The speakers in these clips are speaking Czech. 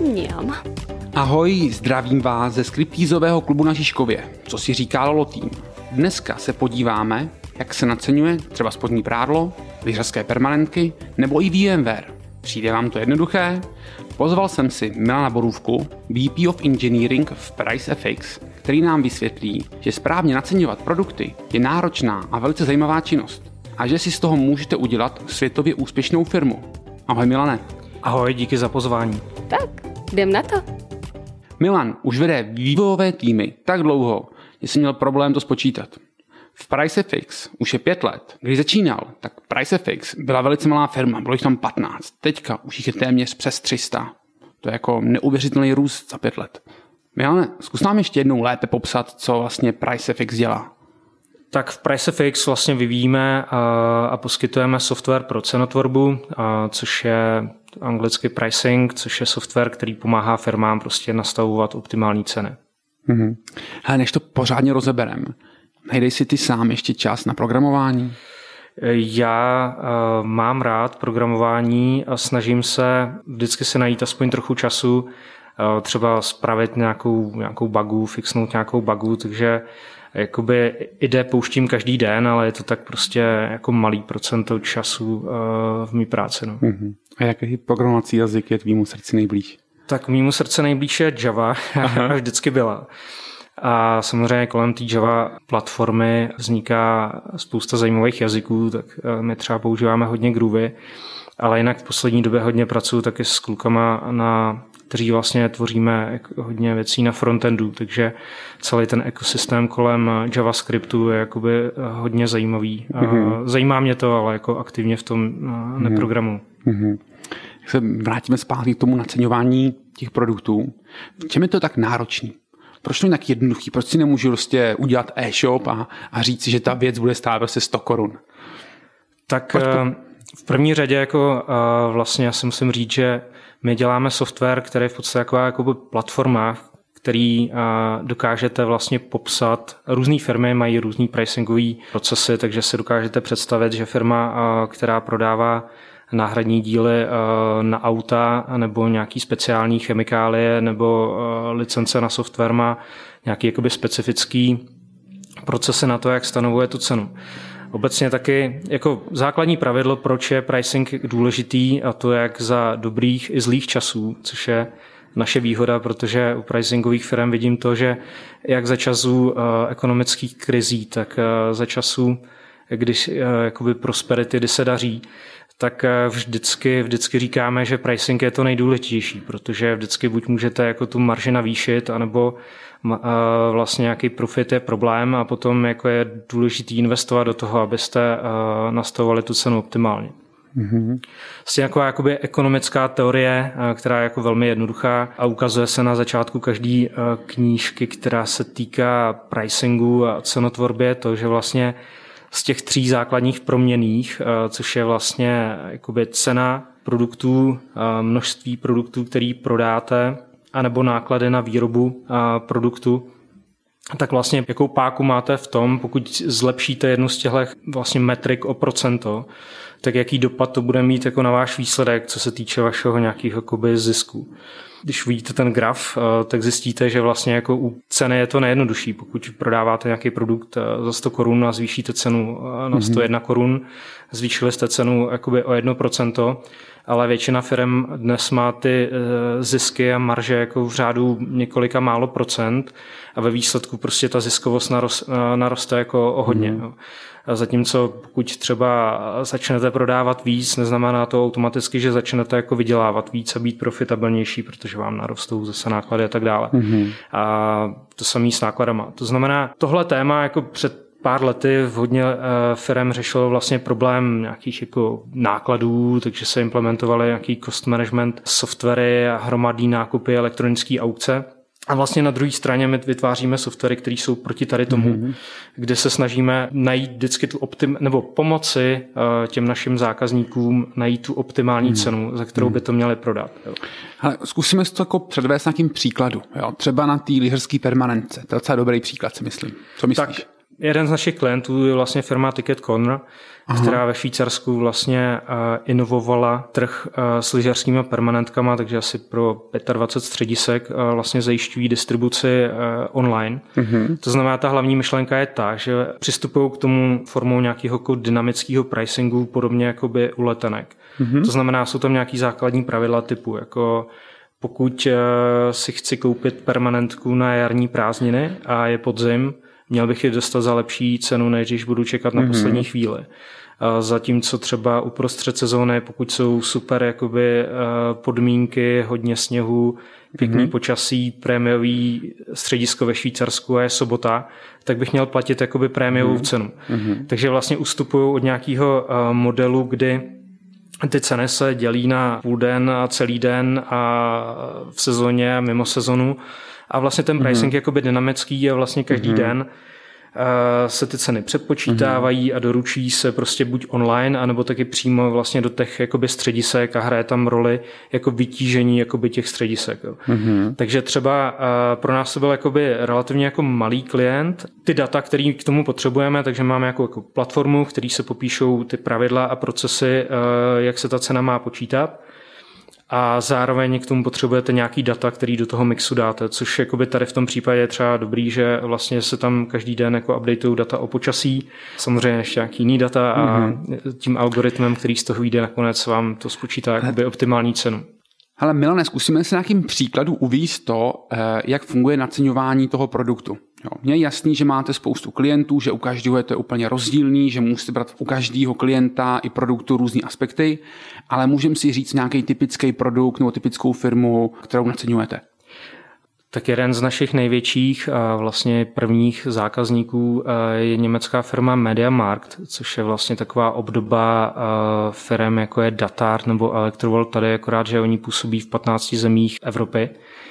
Mňam. Ahoj, zdravím vás ze skriptízového klubu na Žižkově, co si říká Lolo Tým. Dneska se podíváme, jak se naceňuje třeba spodní prádlo, lyžařské permanentky nebo i VMware. Přijde vám to jednoduché? Pozval jsem si Milana Borůvku, VP of Engineering v PriceFX, který nám vysvětlí, že správně naceňovat produkty je náročná a velice zajímavá činnost a že si z toho můžete udělat světově úspěšnou firmu. Ahoj Milane. Ahoj, díky za pozvání. Tak, jdem na to. Milan už vede vývojové týmy tak dlouho, že jsem měl problém to spočítat. V PriceFX už je 5 let. Když začínal, tak PriceFX byla velice malá firma, bylo jich tam 15. Teďka už jich je téměř přes 300. To je jako neuvěřitelný růst za 5 let. Milane, zkus nám ještě jednou lépe popsat, co vlastně PriceFX dělá. Tak v PriceFX vlastně vyvíjíme a poskytujeme software pro cenotvorbu, což je anglicky pricing, což je software, který pomáhá firmám prostě nastavovat optimální ceny. Hele, než to pořádně rozeberem, najdej si ty sám ještě čas na programování? Já mám rád programování a snažím se vždycky si najít aspoň trochu času, třeba spravit nějakou bugu, fixnout nějakou bugu, takže jakoby ide pouštím každý den, ale je to tak prostě jako malý procento času v mý práci. No. A jaký programovací jazyk je tvýmu srdci nejblíž? Tak mýmu srdci nejblíž je Java, vždycky byla. A samozřejmě kolem té Java platformy vzniká spousta zajímavých jazyků, tak my třeba používáme hodně Groovy, ale jinak v poslední době hodně pracuji taky s klukama, kteří vlastně tvoříme hodně věcí na frontendu, takže celý ten ekosystém kolem JavaScriptu je jakoby hodně zajímavý. Zajímá mě to, ale jako aktivně v tom neprogramuji. Jak se vrátíme zpátky k tomu naceňování těch produktů, v čem je to tak náročný? Proč to je tak jednoduchý? Proč si nemůžu prostě udělat e-shop a říct si, že ta věc bude stát vlastně 100 korun? Tak v první řadě jako vlastně já si musím říct, že my děláme software, který je v podstatě jako platforma, který dokážete vlastně popsat. Různé firmy mají různý pricingové procesy, takže si dokážete představit, že firma, která prodává náhradní díly na auta nebo nějaký speciální chemikálie nebo licence na software má nějaký jakoby specifický procesy na to, jak stanovuje tu cenu. Obecně taky jako základní pravidlo, proč je pricing důležitý, a to jak za dobrých i zlých časů, což je naše výhoda, protože u pricingových firm vidím to, že jak za časů ekonomických krizí, tak za časů, když jakoby prosperity, kdy se daří, tak vždycky říkáme, že pricing je to nejdůležitější, protože vždycky buď můžete jako tu marži navýšit, anebo vlastně nějaký profit je problém a potom jako je důležitý investovat do toho, abyste nastavovali tu cenu optimálně. Vlastně jako jakoby ekonomická teorie, která je jako velmi jednoduchá a ukazuje se na začátku každé knížky, která se týká pricingu a cenotvorbě, to, že vlastně z těch 3 základních proměnných, což je vlastně jakoby cena produktů, množství produktů, který prodáte, anebo náklady na výrobu produktu, tak vlastně jakou páku máte v tom, pokud zlepšíte jednu z těchto vlastně metrik o procento, tak jaký dopad to bude mít jako na váš výsledek, co se týče vašeho nějakého jakoby zisku. Když vidíte ten graf, tak zjistíte, že vlastně jako u ceny je to nejjednodušší. Pokud prodáváte nějaký produkt za 100 korun a zvýšíte cenu na 101 korun, zvýšili jste cenu jakoby o 1%, ale většina firm dnes má ty zisky a marže jako v řádu několika málo procent a ve výsledku prostě ta ziskovost naroste jako o hodně. A zatímco pokud třeba začnete prodávat víc, neznamená to automaticky, že začnete jako vydělávat víc a být profitabilnější, protože vám narostou zase náklady a tak dále. A to samé s nákladama. To znamená, tohle téma jako před pár lety hodně firm řešilo vlastně problém nějakých jako nákladů, takže se implementovaly nějaký cost management softwary a hromadný nákupy, elektronické aukce. A vlastně na druhé straně my vytváříme softwary, které jsou proti tady tomu, kde se snažíme najít vždycky tu nebo pomoci těm našim zákazníkům najít tu optimální cenu, za kterou by to měli prodat. Jo. Ale zkusíme si to jako předvést na tím příkladu. Jo. Třeba na té lyžařské permanentce. To je docela dobrý příklad, si myslím. Co myslíš? Tak Jeden z našich klientů je vlastně firma Ticket Corner, která ve Švýcarsku vlastně inovovala trh s lyžařskými permanentkama, takže asi pro 25 středisek vlastně zajišťují distribuci online. To znamená, ta hlavní myšlenka je ta, že přistupují k tomu formou nějakého dynamického pricingu, podobně jako by u letenek. To znamená, jsou tam nějaký základní pravidla typu, jako pokud si chci koupit permanentku na jarní prázdniny a je podzim, měl bych je dostat za lepší cenu, než když budu čekat na poslední chvíli. Zatímco třeba uprostřed sezóny, pokud jsou super jakoby podmínky, hodně sněhu, pěkný počasí, prémiový středisko ve Švýcarsku a je sobota, tak bych měl platit jakoby prémiovou cenu. Takže vlastně ustupuju od nějakého modelu, kdy ty ceny se dělí na půl den a celý den a v sezóně a mimo sezonu. A vlastně ten pricing je jakoby dynamický a vlastně každý den se ty ceny předpočítávají a doručí se prostě buď online, anebo taky přímo vlastně do těch jakoby středisek a hraje tam roli jako vytížení jakoby těch středisek. Takže třeba pro nás to byl jakoby relativně jako malý klient. Ty data, který k tomu potřebujeme, takže máme jako platformu, v který se popíšou ty pravidla a procesy, jak se ta cena má počítat. A zároveň k tomu potřebujete nějaký data, který do toho mixu dáte, což jakoby tady v tom případě je třeba dobrý, že vlastně se tam každý den jako updateují data o počasí, samozřejmě ještě nějaký jiný data a tím algoritmem, který z toho vyjde nakonec, vám to spočítá jakoby optimální cenu. Hele Milane, zkusíme se nějakým příkladu uvést to, jak funguje naceňování toho produktu. Jo, mně je jasný, že máte spoustu klientů, že u každého je to úplně rozdílný, že musíte brát u každého klienta i produktu různé aspekty, ale můžeme si říct nějaký typický produkt nebo typickou firmu, kterou naceňujete. Tak jeden z našich největších a vlastně prvních zákazníků je německá firma MediaMarkt, což je vlastně taková obdoba firem jako je Datart nebo Electrovolt tady, akorát, že oni působí v 15 zemích Evropy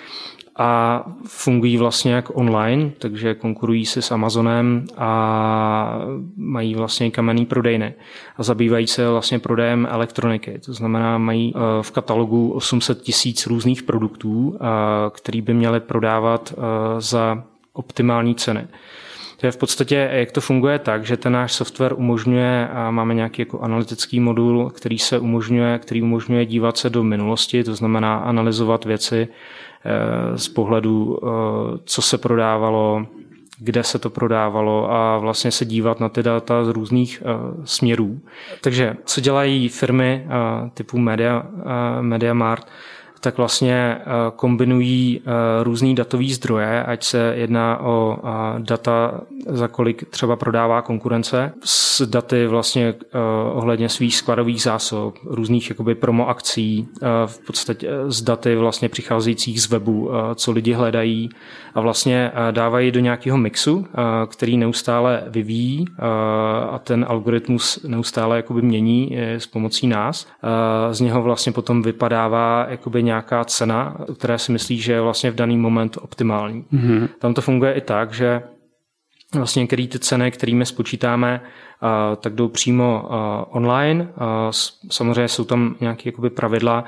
a fungují vlastně jak online, takže konkurují si s Amazonem a mají vlastně kamenný prodejny a zabývají se vlastně prodejem elektroniky. To znamená, mají v katalogu 800 000 různých produktů, který by měly prodávat za optimální ceny. To je v podstatě, jak to funguje tak, že ten náš software umožňuje, a máme nějaký jako analytický modul, který umožňuje dívat se do minulosti, to znamená analyzovat věci z pohledu, co se prodávalo, kde se to prodávalo a vlastně se dívat na ty data z různých směrů. Takže co dělají firmy typu MediaMarkt, tak vlastně kombinují různý datový zdroje, ať se jedná o data, za kolik třeba prodává konkurence, s daty vlastně ohledně svých skladových zásob, různých jakoby promo akcí, v podstatě s daty vlastně přicházejících z webu, co lidi hledají a vlastně dávají do nějakého mixu, který neustále vyvíjí a ten algoritmus neustále jakoby mění s pomocí nás. Z něho vlastně potom vypadává jakoby nějaká cena, která si myslí, že je vlastně v daný moment optimální. Tam to funguje i tak, že vlastně který ty ceny, kterými spočítáme, tak jdou přímo online. Samozřejmě jsou tam nějaké jakoby pravidla,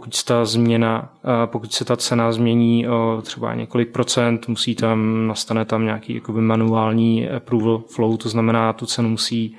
pokud se ta cena změní o třeba několik procent, nastane tam nějaký jakoby manuální approval flow, to znamená, tu cenu musí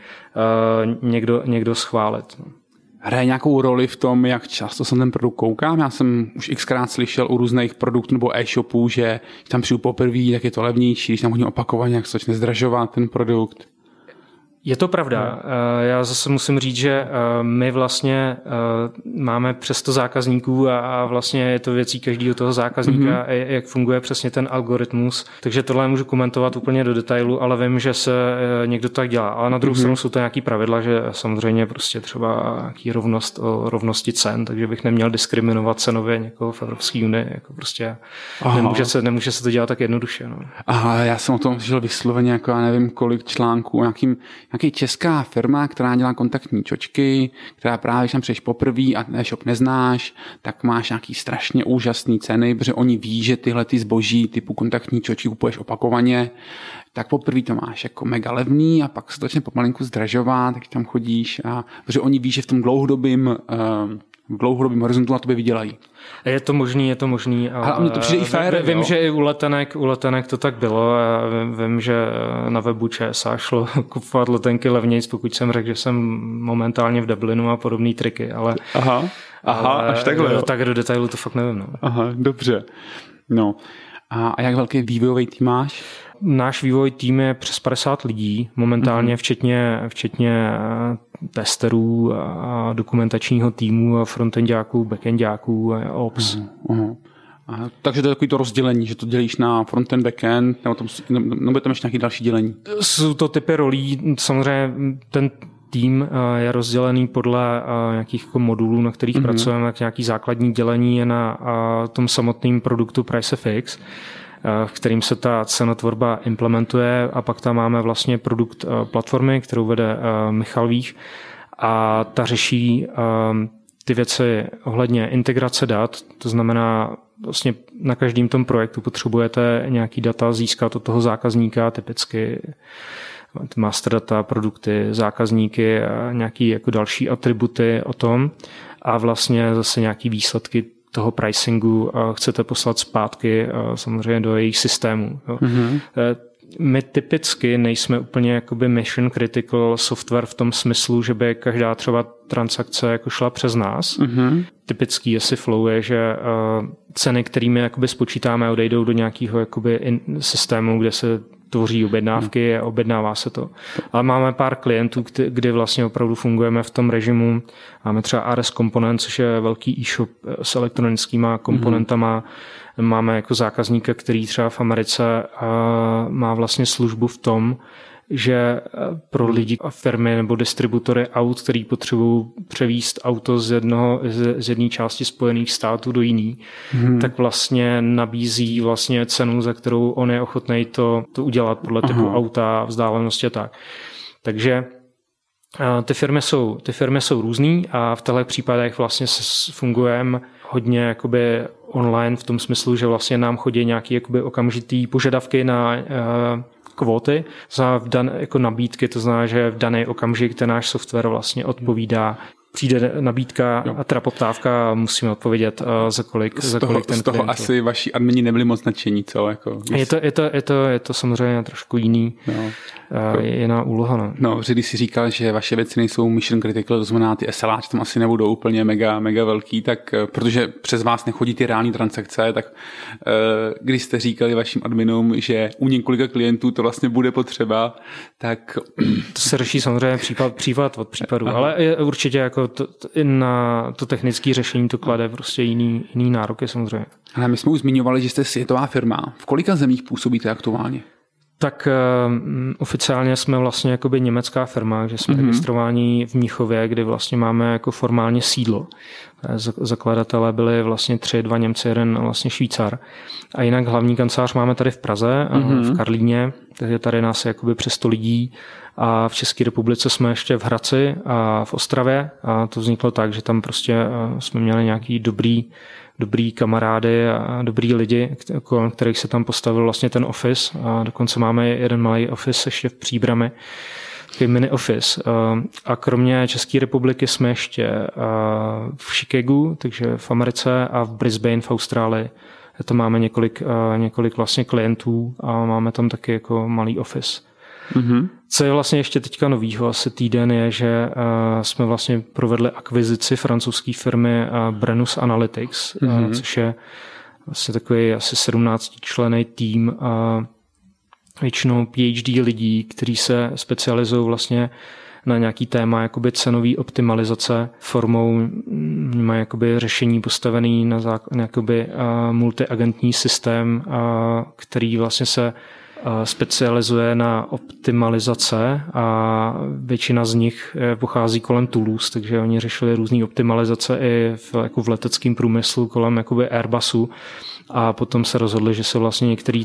někdo schválit. Hraje nějakou roli v tom, jak často se ten produkt koukám? Já jsem už xkrát slyšel u různých produktů nebo e-shopů, že když tam přijdu poprvé, tak je to levnější, když tam hodně opakovaně, jak se začne zdražovat ten produkt. Je to pravda. Já zase musím říct, že my vlastně máme přes 100 zákazníků a vlastně je to věcí každého toho zákazníka, jak funguje přesně ten algoritmus. Takže tohle můžu komentovat úplně do detailu, ale vím, že se někdo tak dělá. Ale na druhou stranu jsou to nějaký pravidla, že samozřejmě prostě třeba nějaký rovnosti cen, takže bych neměl diskriminovat cenově někoho v Evropské unii. Jako prostě nemůže se to dělat tak jednoduše. No. Aha, já jsem o tom slyšel vysloveně, jako já nevím kolik článků, nějaký česká firma, která dělá kontaktní čočky, která právě, když tam přijdeš poprvé a e-shop neznáš, tak máš nějaký strašně úžasný ceny, protože oni ví, že tyhle ty zboží typu kontaktní čočky kupuješ opakovaně, tak poprvé to máš jako mega levný a pak se to začne pomalinku zdražovat, tak tam chodíš protože oni ví, že v tom dlouhodobém v dlouhodobém horizontu na tobě vydělají. Je to možný. Ale mně to přijde i fér. Vím, že i u letenek to tak bylo a vím, že na webu ČSA šlo kupovat letenky levnějc, pokud jsem řekl, že jsem momentálně v Dublinu a podobné triky, ale až takhle. Jo. Tak do detailu to fakt nevím. No. Aha, dobře. No. A jak velký vývojový tým máš? Náš vývoj tým je přes 50 lidí, momentálně včetně testerů a dokumentačního týmu a frontendáků, backendáků a ops. Takže to je takový to rozdělení, že to dělíš na frontend, backend, nebo tam ještě nějaké další dělení? Jsou to typy rolí, samozřejmě ten tým je rozdělený podle nějakých jako modulů, na kterých pracujeme, tak nějaký základní dělení je na tom samotném produktu PriceFX, v kterým se ta cenotvorba implementuje, a pak tam máme vlastně produkt platformy, kterou vede Michal Vích, a ta řeší ty věci ohledně integrace dat, to znamená vlastně na každém tom projektu potřebujete nějaký data získat od toho zákazníka, typicky master data, produkty, zákazníky a nějaký jako další atributy o tom, a vlastně zase nějaký výsledky toho pricingu chcete poslat zpátky samozřejmě do jejich systému. My typicky nejsme úplně jakoby mission critical software v tom smyslu, že by každá třeba transakce jako šla přes nás. Typický asi flow je, že ceny, kterými jakoby spočítáme, odejdou do nějakého jakoby systému, kde se tvoří objednávky a objednává se to. Ale máme pár klientů, kdy vlastně opravdu fungujeme v tom režimu. Máme třeba ARS Component, což je velký e-shop s elektronickýma komponentama. Máme jako zákazníka, který třeba v Americe má vlastně službu v tom, že pro lidi a firmy nebo distributory aut, který potřebují převízt auto z jedné části Spojených států do jiný, tak vlastně nabízí vlastně cenu, za kterou on je ochotný to udělat podle typu auta, vzdálenosti a tak. Takže ty firmy jsou různý a v těchto případech vlastně fungujeme hodně jakoby online v tom smyslu, že vlastně nám chodí nějaké jakoby okamžitý požadavky na kvóty za jako nabídky, to znamená, že v daný okamžik ten náš software vlastně odpovídá. Přijde nabídka a teda poptávka a musíme odpovědět, za kolik ten klient. Z toho asi vaši admini nebyli moc nadšení, co? Jako, je to samozřejmě trošku jiný, jiná úloha. No, že když si říkal, že vaše věci nejsou mission critical, to znamená ty SLAč tam asi nebudou úplně mega velký, tak protože přes vás nechodí ty reální transakce, tak když jste říkali vašim adminům, že u několika klientů to vlastně bude potřeba, tak... To se řeší samozřejmě případ od případu, ale je určitě jako i na to technické řešení to klade prostě jiný nároky samozřejmě. Ale my jsme už zmiňovali, že jste světová firma. V kolika zemích působíte aktuálně? Tak oficiálně jsme vlastně jakoby německá firma, že jsme registrováni v Mnichově, kde vlastně máme jako formálně sídlo. Zakladatelé byli vlastně 2 Němci, 1 vlastně Švýcar. A jinak hlavní kancelář máme tady v Praze, v Karlíně, takže tady nás je jakoby přes 100 lidí. A v České republice jsme ještě v Hradci a v Ostravě, a to vzniklo tak, že tam prostě jsme měli nějaký dobrý kamarády a dobrý lidi, kolem kterých se tam postavil vlastně ten office, a dokonce máme jeden malý office ještě v Příbrami, takový mini office. A kromě České republiky jsme ještě v Chicagu, takže v Americe, a v Brisbane v Austrálii. To máme několik vlastně klientů a máme tam taky jako malý office. Co je vlastně ještě teďka novýho, asi týden, je, že jsme vlastně provedli akvizici francouzské firmy Brennus Analytics, což je vlastně takový asi 17členný tým, většinou PhD lidí, kteří se specializují vlastně na nějaký téma jakoby cenový optimalizace formou, mají jakoby řešení postavený na jakoby multiagentní systém, který vlastně se specializuje na optimalizace, a většina z nich pochází kolem Toulouse, takže oni řešili různé optimalizace i v leteckém průmyslu kolem jakoby Airbusu, a potom se rozhodli, že se vlastně některé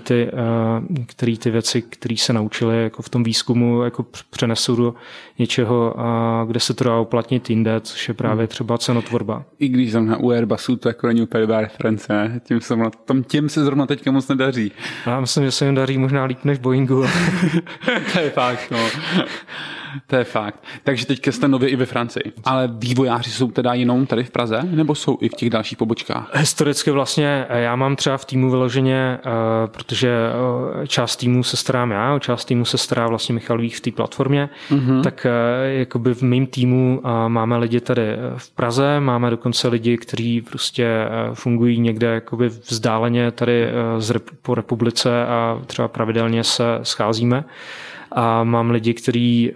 ty věci, které se naučili jako v tom výzkumu, jako přenesou do něčeho, kde se to dá uplatnit jinde, což je právě třeba cenotvorba. I když zrovna u Airbusu to jako není úplně dobrá reference, těm se zrovna teďka moc nedaří. Já myslím, že se jim daří možná líp než Boeingu. To je fakt, no. To je fakt. Takže teďka jste nově i ve Francii. Ale vývojáři jsou teda jenom tady v Praze, nebo jsou i v těch dalších pobočkách? Historicky vlastně já mám třeba v týmu vyloženě, protože část týmu se starám já, část týmu se stará vlastně Michal Vích v té platformě, tak jakoby v mém týmu máme lidi tady v Praze, máme dokonce lidi, kteří prostě fungují někde jakoby vzdáleně tady po republice a třeba pravidelně se scházíme. A mám lidi, kteří,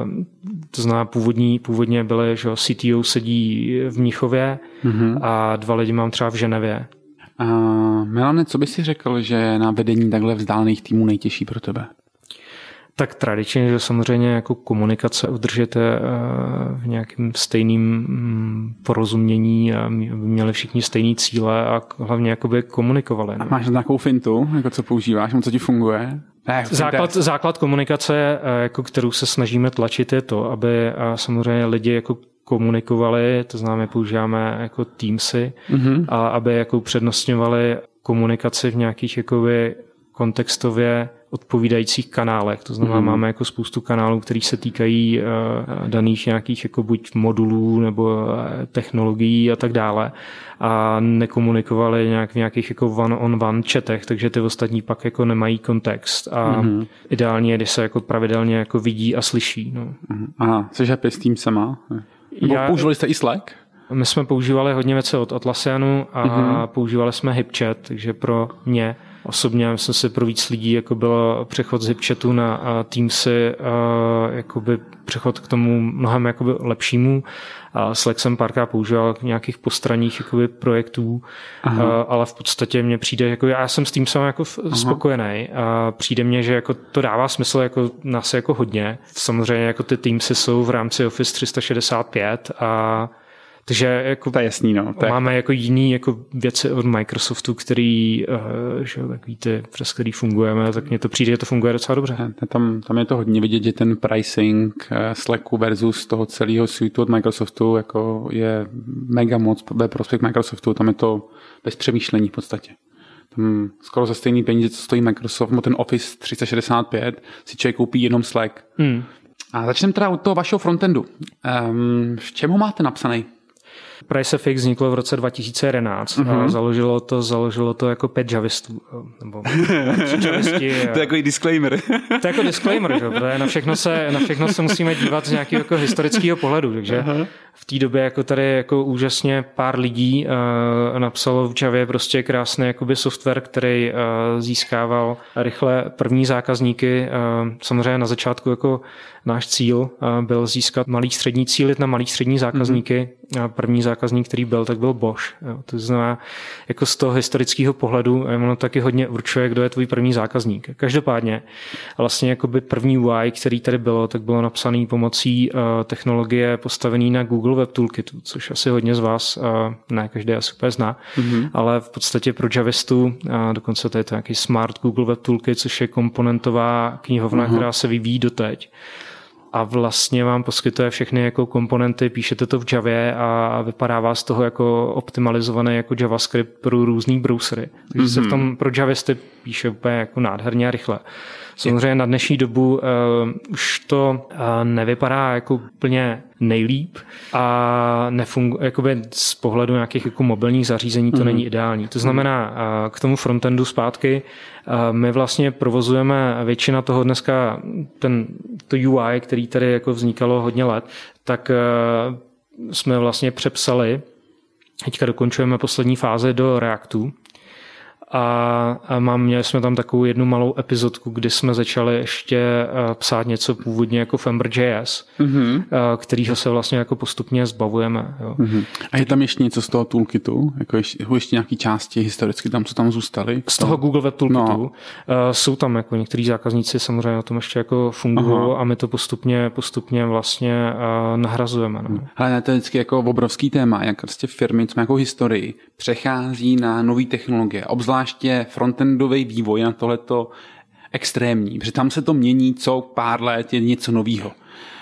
to znamená původně byli, že CTO sedí v Mnichově a 2 lidi mám třeba v Ženevě. Milane, co bys si řekl, že je na vedení takhle vzdálených týmů nejtěžší pro tebe? Tak tradičně, že samozřejmě jako komunikace udržíte v nějakém stejným porozumění a aby měli všichni stejný cíle a hlavně jakoby komunikovali. A máš nějakou fintu, jako co používáš, co ti funguje? Základ komunikace, jako kterou se snažíme tlačit, je to, aby samozřejmě lidi jako komunikovali, to znamená, používáme jako Teamsy, a aby jako přednostňovali komunikaci v nějakých jakoby kontextově odpovídajících kanálech. To znamená, máme jako spoustu kanálů, které se týkají daných nějakých jako buď modulů nebo technologií a tak dále a nekomunikovali nějak v nějakých jako one-on-one chatech, takže ty ostatní pak jako nemají kontext a ideálně, když se jako pravidelně jako vidí a slyší. No. Aha, jsi happy s tím sama? Používali jste i Slack? My jsme používali hodně věcí od Atlassianu a používali jsme HipChat, takže pro mě osobně myslím si pro víc lidí jako byl přechod z HipChatu na Teamsy, jakoby přechod k tomu mnohem jakoby lepšímu. Slack jsem párkrát používal k nějakých postranních jakoby projektů, ale v podstatě mně přijde, jako já jsem s tím sám jako spokojený a přijde mně, že jako to dává smysl jako nás jako hodně. Samozřejmě jako ty Teamsy jsou v rámci Office 365 a takže jako to je jasný, no. Máme jako jiný jako věci od Microsoftu, který, že takový ty, přes který fungujeme, tak mně to přijde, že to funguje docela dobře. Tam je to hodně vidět, že ten pricing Slacku versus toho celého suitu od Microsoftu jako je mega moc ve prospěch Microsoftu, tam je to bez přemýšlení v podstatě. Tam skoro za stejný peníze, co stojí Microsoft, ten Office 365, si člověk koupí jenom Slack. A začneme teda od toho vašeho frontendu. V čem ho máte napsaný? PriceFX vzniklo v roce 2011 a založilo to jako 5 javistů. Nebo 3 javisti. To je jako disclaimer. To je jako disclaimer, že? Protože na všechno se musíme dívat z nějakého jako historického pohledu. Takže v té době jako tady jako úžasně pár lidí napsalo v Javě prostě krásný jakoby software, který získával rychle první zákazníky. Samozřejmě na začátku jako náš cíl byl získat malý střední cílit na malý střední zákazníky. První zákazník, který byl, tak byl Bosch. To znamená, jako z toho historického pohledu, ono taky hodně určuje, kdo je tvůj první zákazník. Každopádně vlastně jakoby první UI, který tady bylo, tak bylo napsaný pomocí technologie postavený na Google Web Toolkitu, což asi hodně z vás, ne každý asi úplně zná, ale v podstatě pro javistu, dokonce to je to nějaký Smart Google Web Toolkit, což je komponentová knihovna, která se vyvíjí doteď. A vlastně vám poskytuje všechny jako komponenty, píšete to v Javě a vypadá vás z toho jako optimalizovaný jako JavaScript pro různý browsery. Takže se v tom pro javisty píše úplně jako nádherně a rychle. Samozřejmě na dnešní dobu už to nevypadá jako úplně nejlíp a nefunguje, jakoby z pohledu nějakých jako mobilních zařízení to není ideální. To znamená, k tomu frontendu zpátky, my vlastně provozujeme většina toho dneska, to UI, který tady jako vznikalo hodně let, tak jsme vlastně přepsali, teďka dokončujeme poslední fáze do Reactu, a měli jsme tam takovou jednu malou epizodku, kdy jsme začali ještě psát něco původně jako v Ember.js, kterýho se vlastně jako postupně zbavujeme. Jo. A je tam ještě něco z toho toolkitu? Jako ještě nějaký části historicky tam, co tam zůstaly? Z toho Google Web Toolkitu. No. Jsou tam jako některý zákazníci samozřejmě na tom ještě jako fungují a my to postupně vlastně nahrazujeme. No. Ale to je vždycky jako obrovský téma, jak prostě firmy, co má jako historii, přechází na nové technologie, obzvláště frontendový vývoj na tohleto extrémní, protože tam se to mění co pár let, je něco novýho.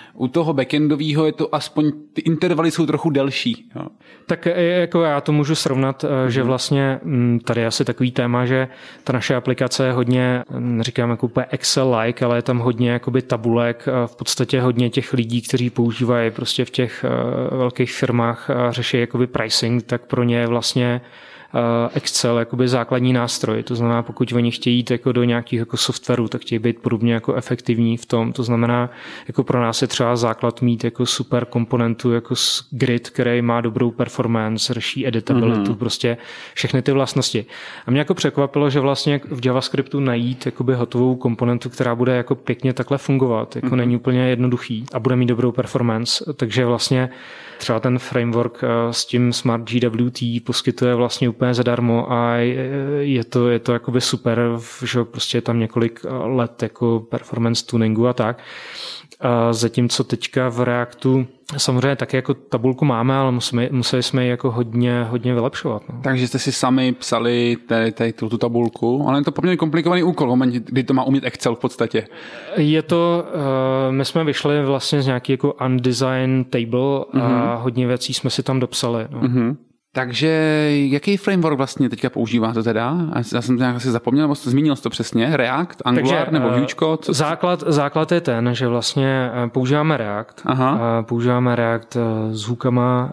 u toho backendového je to aspoň, ty intervaly jsou trochu delší. Jo. Tak jako já to můžu srovnat, že vlastně tady je asi takový téma, že ta naše aplikace je hodně, neříkám jako úplně Excel-like, ale je tam hodně jakoby tabulek, v podstatě hodně těch lidí, kteří používají prostě v těch velkých firmách a řeší jakoby pricing, tak pro ně je vlastně Excel jakoby základní nástroj. To znamená, pokud oni chtějí jít jako do nějakých jako softwaru, tak chtějí být podobně jako efektivní v tom. To znamená, jako pro nás je třeba základ mít jako super komponentu, jako grid, který má dobrou performance, řeší editabilitu, prostě všechny ty vlastnosti. A mě jako překvapilo, že vlastně v JavaScriptu najít jakoby hotovou komponentu, která bude jako pěkně takhle fungovat, jako není úplně jednoduchý a bude mít dobrou performance. Takže vlastně třeba ten framework s tím Smart GWT poskytuje vlastně úplně zadarmo a je to jakoby super, že prostě je tam několik let jako performance tuningu a tak. A zatímco teďka v Reactu samozřejmě taky jako tabulku máme, ale museli jsme ji jako hodně vylepšovat. No. Takže jste si sami psali tu tabulku, ale je to poměrně komplikovaný úkol, v momentě, kdy to má umět Excel v podstatě. Je to, my jsme vyšli vlastně z nějaký jako undesigned table a hodně věcí jsme si tam dopsali. No. Takže jaký framework vlastně teďka používáte teda? Já jsem to nějak asi zapomněl, nebo zmínil jsi to přesně? React, Angular nebo Vuečko? Základ je ten, že vlastně používáme React. Používáme React s hookama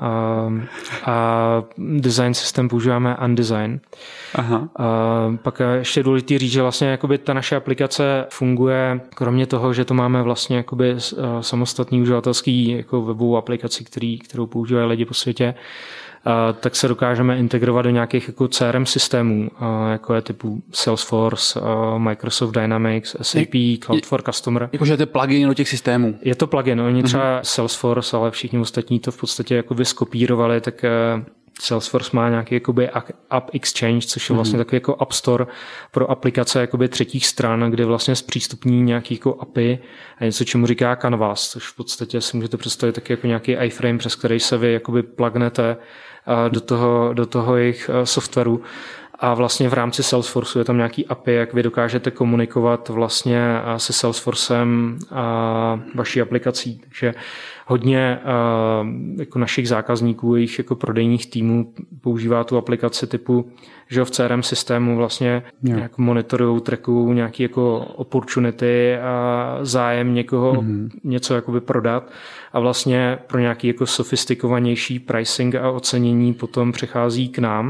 a design systém používáme Undesign. Pak ještě důležitý říct, že vlastně jakoby ta naše aplikace funguje, kromě toho, že to máme vlastně jakoby samostatný uživatelský jako webovou aplikaci, kterou používají lidi po světě, tak se dokážeme integrovat do nějakých jako CRM systémů, jako je typu Salesforce, Microsoft Dynamics, SAP, Cloud for Customer. Jakože to je plugin do těch systémů. Je to plugin, oni třeba Salesforce, ale všichni ostatní to v podstatě jakoby skopírovali, tak Salesforce má nějaký jakoby App Exchange, což je vlastně takový jako App Store pro aplikace jakoby třetích stran, kde vlastně zpřístupní nějaký jako API a něco, čemu říká Canvas, což v podstatě si můžete představit taky jako nějaký iframe, přes který se vy jakoby plugnete do toho jejich softwaru. A vlastně v rámci Salesforce je tam nějaký API, jak vy dokážete komunikovat vlastně se Salesforcem a vaší aplikací. Takže hodně jako našich zákazníků, jejich jako prodejních týmů používá tu aplikaci typu, že v CRM systému vlastně nějak monitorují, trackují nějaký jako opportunity a zájem někoho něco jakoby prodat a vlastně pro nějaký jako sofistikovanější pricing a ocenění potom přechází k nám.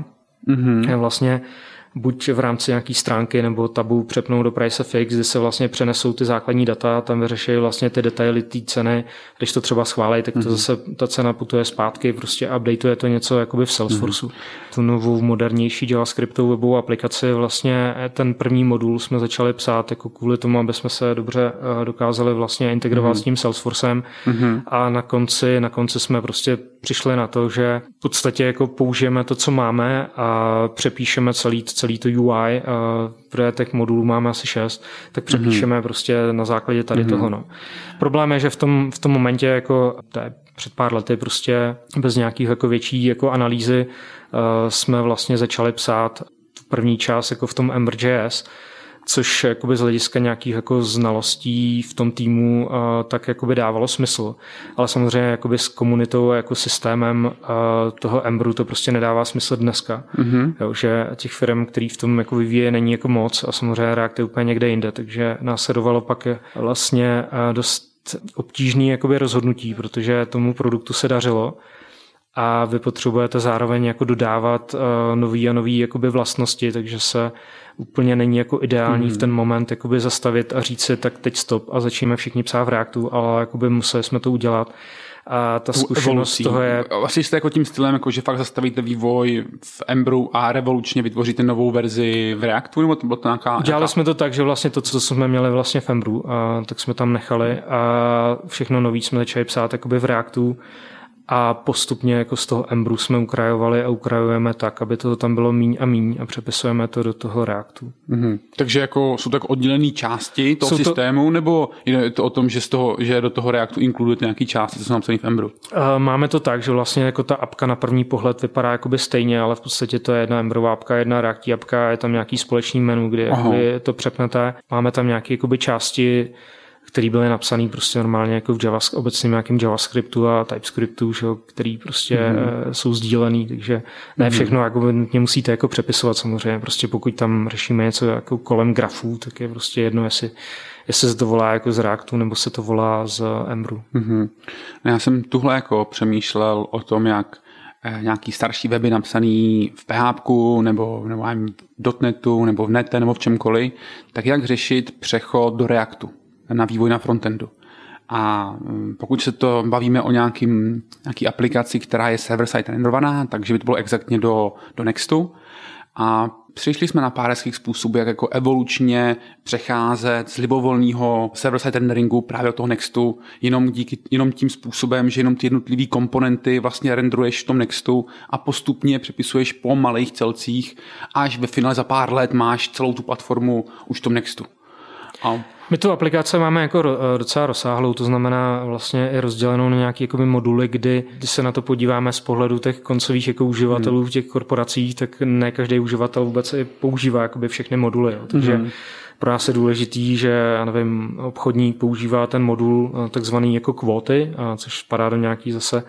Vlastně buď v rámci nějaký stránky nebo tabu přepnou do PriceFX, kde se vlastně přenesou ty základní data, tam vyřeší vlastně ty detaily té ceny, když to třeba schválí, tak to zase ta cena putuje zpátky, prostě updateuje to něco jakoby v Salesforceu. Tu novou modernější JavaScriptovou webovou aplikaci, vlastně ten první modul jsme začali psát jako kvůli tomu, aby jsme se dobře dokázali vlastně integrovat s tím Salesforcem a na konci jsme prostě přišli na to, že v podstatě jako použijeme to, co máme a přepíšeme celý to UI, protože těch modulů máme asi 6, tak přepíšeme prostě na základě tady toho. No. Problém je, že v tom momentě, jako to je před pár lety, prostě bez nějakých jako větší jako analýzy jsme vlastně začali psát tu první část jako v tom Ember.js, což jakoby z hlediska nějakých jako znalostí v tom týmu tak jakoby dávalo smysl. Ale samozřejmě jakoby s komunitou a jako systémem toho Emberu to prostě nedává smysl dneska. Jo, že těch firm, který v tom jako vyvíje, není jako moc a samozřejmě React je úplně někde jinde, takže následovalo pak vlastně dost obtížný jakoby rozhodnutí, protože tomu produktu se dařilo a vy potřebujete zároveň jako dodávat nový a nový jakoby vlastnosti, takže se úplně není jako ideální v ten moment jakoby zastavit a říct si, tak teď stop a začneme všichni psát v Reactu, ale jakoby museli jsme to udělat. A ta zkušenost toho je... Asi jste jako tím stylem, jako že fakt zastavíte vývoj v Emberu a revolučně vytvoříte novou verzi v Reactu, nebo to bylo to nějaká... Dělali jsme to tak, že vlastně to, co jsme měli vlastně v Emberu, tak jsme tam nechali a všechno nový jsme začali psát jakoby v Reactu a postupně jako z toho Emberu jsme ukrajovali a ukrajujeme tak, aby to tam bylo míň a míň a přepisujeme to do toho Reactu. Takže jako jsou tak oddělené části toho systému, nebo je to o tom, že do toho Reactu inkludujete nějaký části, co jsou napsané v Emberu? Máme to tak, že vlastně jako ta apka na první pohled vypadá jakoby stejně, ale v podstatě to je jedna Emberová apka, jedna Reactí apka, je tam nějaký společný menu, kde jakoby to přepnete. Máme tam nějaké jakoby části, který byly napsaný prostě normálně jako v obecným nějakým JavaScriptu a TypeScriptu, že, který prostě jsou sdílený, takže ne všechno jako nutně musíte jako přepisovat samozřejmě, prostě pokud tam řešíme něco jako kolem grafů, tak je prostě jedno, jestli se to volá jako z Reactu nebo se to volá z Embru. Já jsem tuhle jako přemýšlel o tom, jak nějaký starší weby napsaný v PHP nebo v .NETu nebo v Nete nebo v čemkoliv, tak jak řešit přechod do Reactu na vývoj na frontendu. A pokud se to bavíme o nějaký aplikaci, která je server-side renderovaná, takže by to bylo exaktně do Nextu. A přišli jsme na pár hezkých způsobů, jak jako evolučně přecházet z libovolného server-side renderingu právě do toho Nextu, jenom tím způsobem, že jenom ty jednotlivé komponenty vlastně renderuješ v tom Nextu a postupně přepisuješ po malých celcích, až ve finále za pár let máš celou tu platformu už v tom Nextu. My tu aplikaci máme jako docela rozsáhlou, to znamená vlastně i rozdělenou na nějaké jakoby moduly, kdy se na to podíváme z pohledu těch koncových jako uživatelů v těch korporacích, tak ne každý uživatel vůbec používá jakoby všechny moduly. Jo. Takže pro nás je důležitý, že já nevím, obchodník používá ten modul takzvaný jako kvóty, což spadá do nějaký zase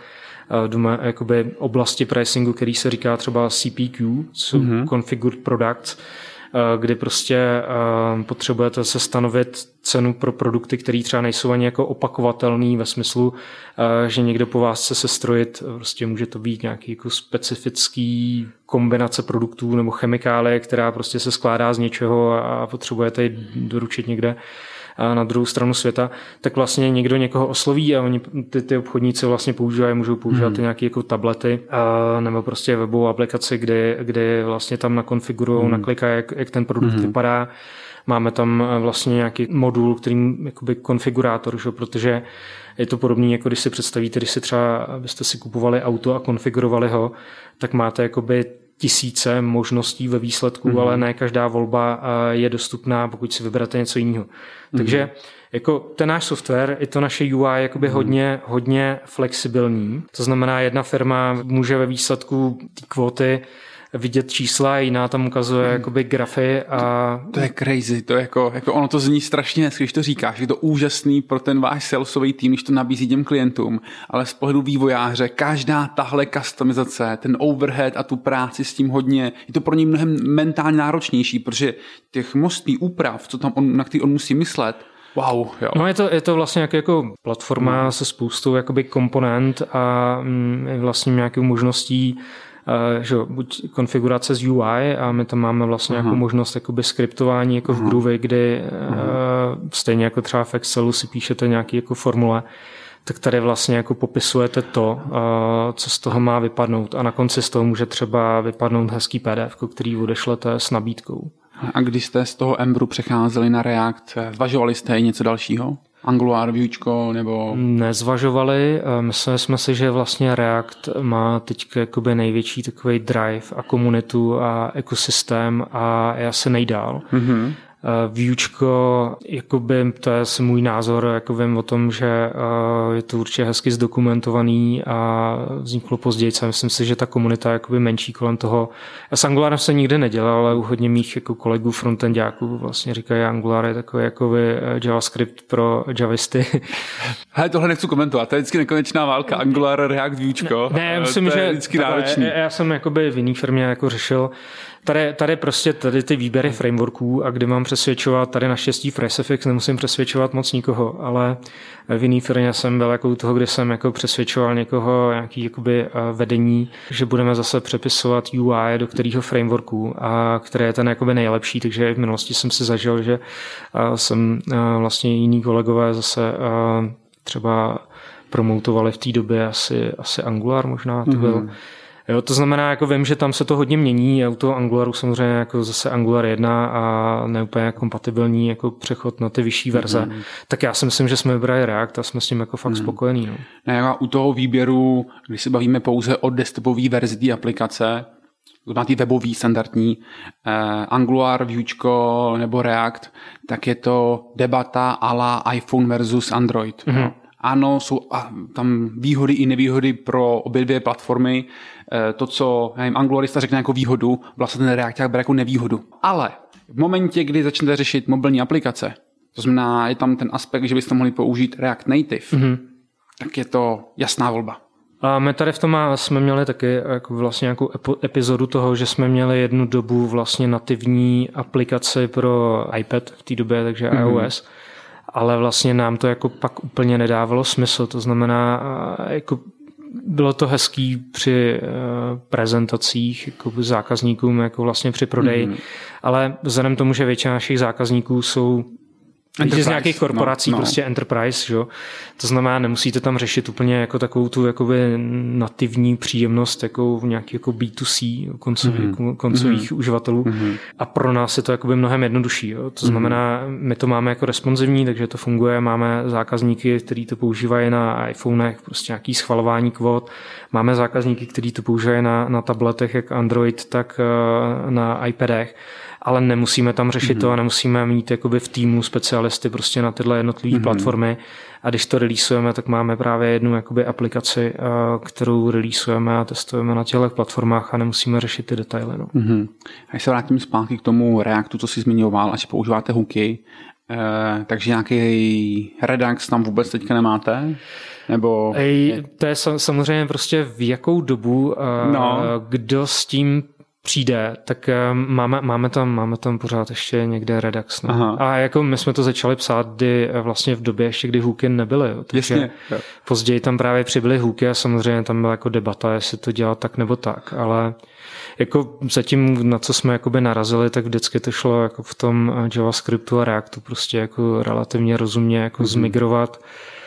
jakoby oblasti pricingu, který se říká třeba CPQ, Configured Products, kdy prostě potřebujete se stanovit cenu pro produkty, které třeba nejsou ani jako opakovatelný ve smyslu, že někdo po vás chce sestrojit, prostě může to být nějaký jako specifický kombinace produktů nebo chemikálie, která prostě se skládá z něčeho a potřebujete ji doručit někde na druhou stranu světa, tak vlastně někdo někoho osloví a oni ty obchodníci vlastně můžou používat nějaké jako tablety nebo prostě webovou aplikaci, kdy vlastně tam nakonfigurujou, naklikají, jak ten produkt vypadá. Máme tam vlastně nějaký modul, kterým jakoby konfigurátor, že? Protože je to podobné, jako když si představíte, když si třeba byste si kupovali auto a konfigurovali ho, tak máte jakoby tisíce možností ve výsledku, ale ne každá volba je dostupná, pokud si vyberete něco jiného. Takže jako ten náš software, i to naše UI je jakoby hodně flexibilní. To znamená, jedna firma může ve výsledku ty kvóty vidět čísla, jiná tam ukazuje jakoby grafy a... To je crazy, to je jako ono to zní strašně hezky, když to říkáš, je to úžasný pro ten váš salesový tým, když to nabízí těm klientům, ale z pohledu vývojáře každá tahle customizace, ten overhead a tu práci s tím hodně, je to pro něj mnohem mentálně náročnější, protože těch množství úprav, na který on musí myslet, wow, jo. No je to vlastně jako platforma se spoustou jakoby komponent a vlastně nějakou možností, že buď konfigurace z UI a my tam máme vlastně jako možnost jakoby skriptování jako v Groovy, kdy stejně jako třeba v Excelu si píšete nějaký jako formule, tak tady vlastně jako popisujete to, co z toho má vypadnout a na konci z toho může třeba vypadnout hezký PDF, který odešlete s nabídkou. A když jste z toho Embru přecházeli na React, zvažovali jste něco dalšího? Angular, Vuečko nebo... Nezvažovali. Mysleli jsme si, že vlastně React má teď jakoby největší takový drive a komunitu a ekosystém a je asi nejdál. Vuečko, jakoby, to je asi můj názor, jako vím o tom, že je to určitě hezky zdokumentovaný a vzniklo později. Myslím si, že ta komunita je jakoby menší kolem toho. Já s Angularem se nikdy nedělal, ale u hodně mých jako kolegů frontendáků vlastně říkají, Angular je takový jakoby JavaScript pro javisty. Hele, tohle nechci komentovat, to je vždycky nekonečná válka. Angular, React, Vuečko. Ne, myslím, že vždycky náročný. Já jsem jakoby v jiný firmě jako řešil Tady prostě ty výběry frameworků a kdy mám přesvědčovat, tady naštěstí v ResFX nemusím přesvědčovat moc nikoho, ale v jiný firmě jsem byl jako u toho, kdy jsem jako přesvědčoval někoho, nějaký jakoby vedení, že budeme zase přepisovat UI do kterého frameworku, a který je ten jakoby nejlepší, takže v minulosti jsem si zažil, že jsem vlastně jiní kolegové zase třeba promoutovali v té době asi Angular možná to byl. Jo, to znamená, jako vím, že tam se to hodně mění a u toho Angularu samozřejmě jako zase Angular 1 a neúplně kompatibilní jako přechod na ty vyšší verze. Tak já si myslím, že jsme vybrali React a jsme s tím jako fakt spokojení. No. Ne, u toho výběru, když se bavíme pouze o desktopové verzi té aplikace, na ty webový standardní, Angular, Vuečko nebo React, tak je to debata a la iPhone versus Android. No. Ano, jsou tam výhody i nevýhody pro obě dvě platformy. To, co Angularista řekne jako výhodu, vlastně ten React bere jako nevýhodu. Ale v momentě, kdy začnete řešit mobilní aplikace, To znamená, je tam ten aspekt, že byste mohli použít React Native, tak je to jasná volba. A my tady v tom jsme měli taky jako vlastně nějakou epizodu toho, že jsme měli jednu dobu vlastně nativní aplikaci pro iPad v té době, takže iOS, ale vlastně nám to jako pak úplně nedávalo smysl, to znamená, jako bylo to hezký při prezentacích jako zákazníkům, jako vlastně při prodeji, ale vzhledem tomu, že většina našich zákazníků jsou z nějakých korporací, prostě enterprise, že? To znamená, nemusíte tam řešit úplně jako takovou tu jakoby nativní příjemnost jako v nějaký jako B2C koncových uživatelů a pro nás je to jakoby mnohem jednodušší. Jo? To znamená, my to máme jako responsivní, takže to funguje, máme zákazníky, kteří to používají na iPhonech, prostě nějaký schvalování kvót, máme zákazníky, kteří to používají na tabletech, jak Android, tak na iPadech, ale nemusíme tam řešit to a nemusíme mít jakoby v týmu specialisty prostě na tyhle jednotlivé platformy. A když to releaseujeme, tak máme právě jednu jakoby aplikaci, kterou releaseujeme a testujeme na těchto platformách a nemusíme řešit ty detaily. No. A když se vrátím zpátky k tomu Reactu, co jsi zmiňoval, až používáte hooky, takže nějaký Redux tam vůbec teďka nemáte? Nebo... To je samozřejmě prostě v jakou dobu, kdo s tím přijde, tak máme tam pořád ještě někde Redux. No. A jako my jsme to začali psát vlastně v době ještě, kdy hooky nebyly. Jo. Takže později tam právě přibyly hooky a samozřejmě tam byla jako debata, jestli to dělat tak nebo tak, ale jako zatím, na co jsme jakoby narazili, tak vždycky to šlo jako v tom JavaScriptu a Reactu prostě jako relativně rozumně jako zmigrovat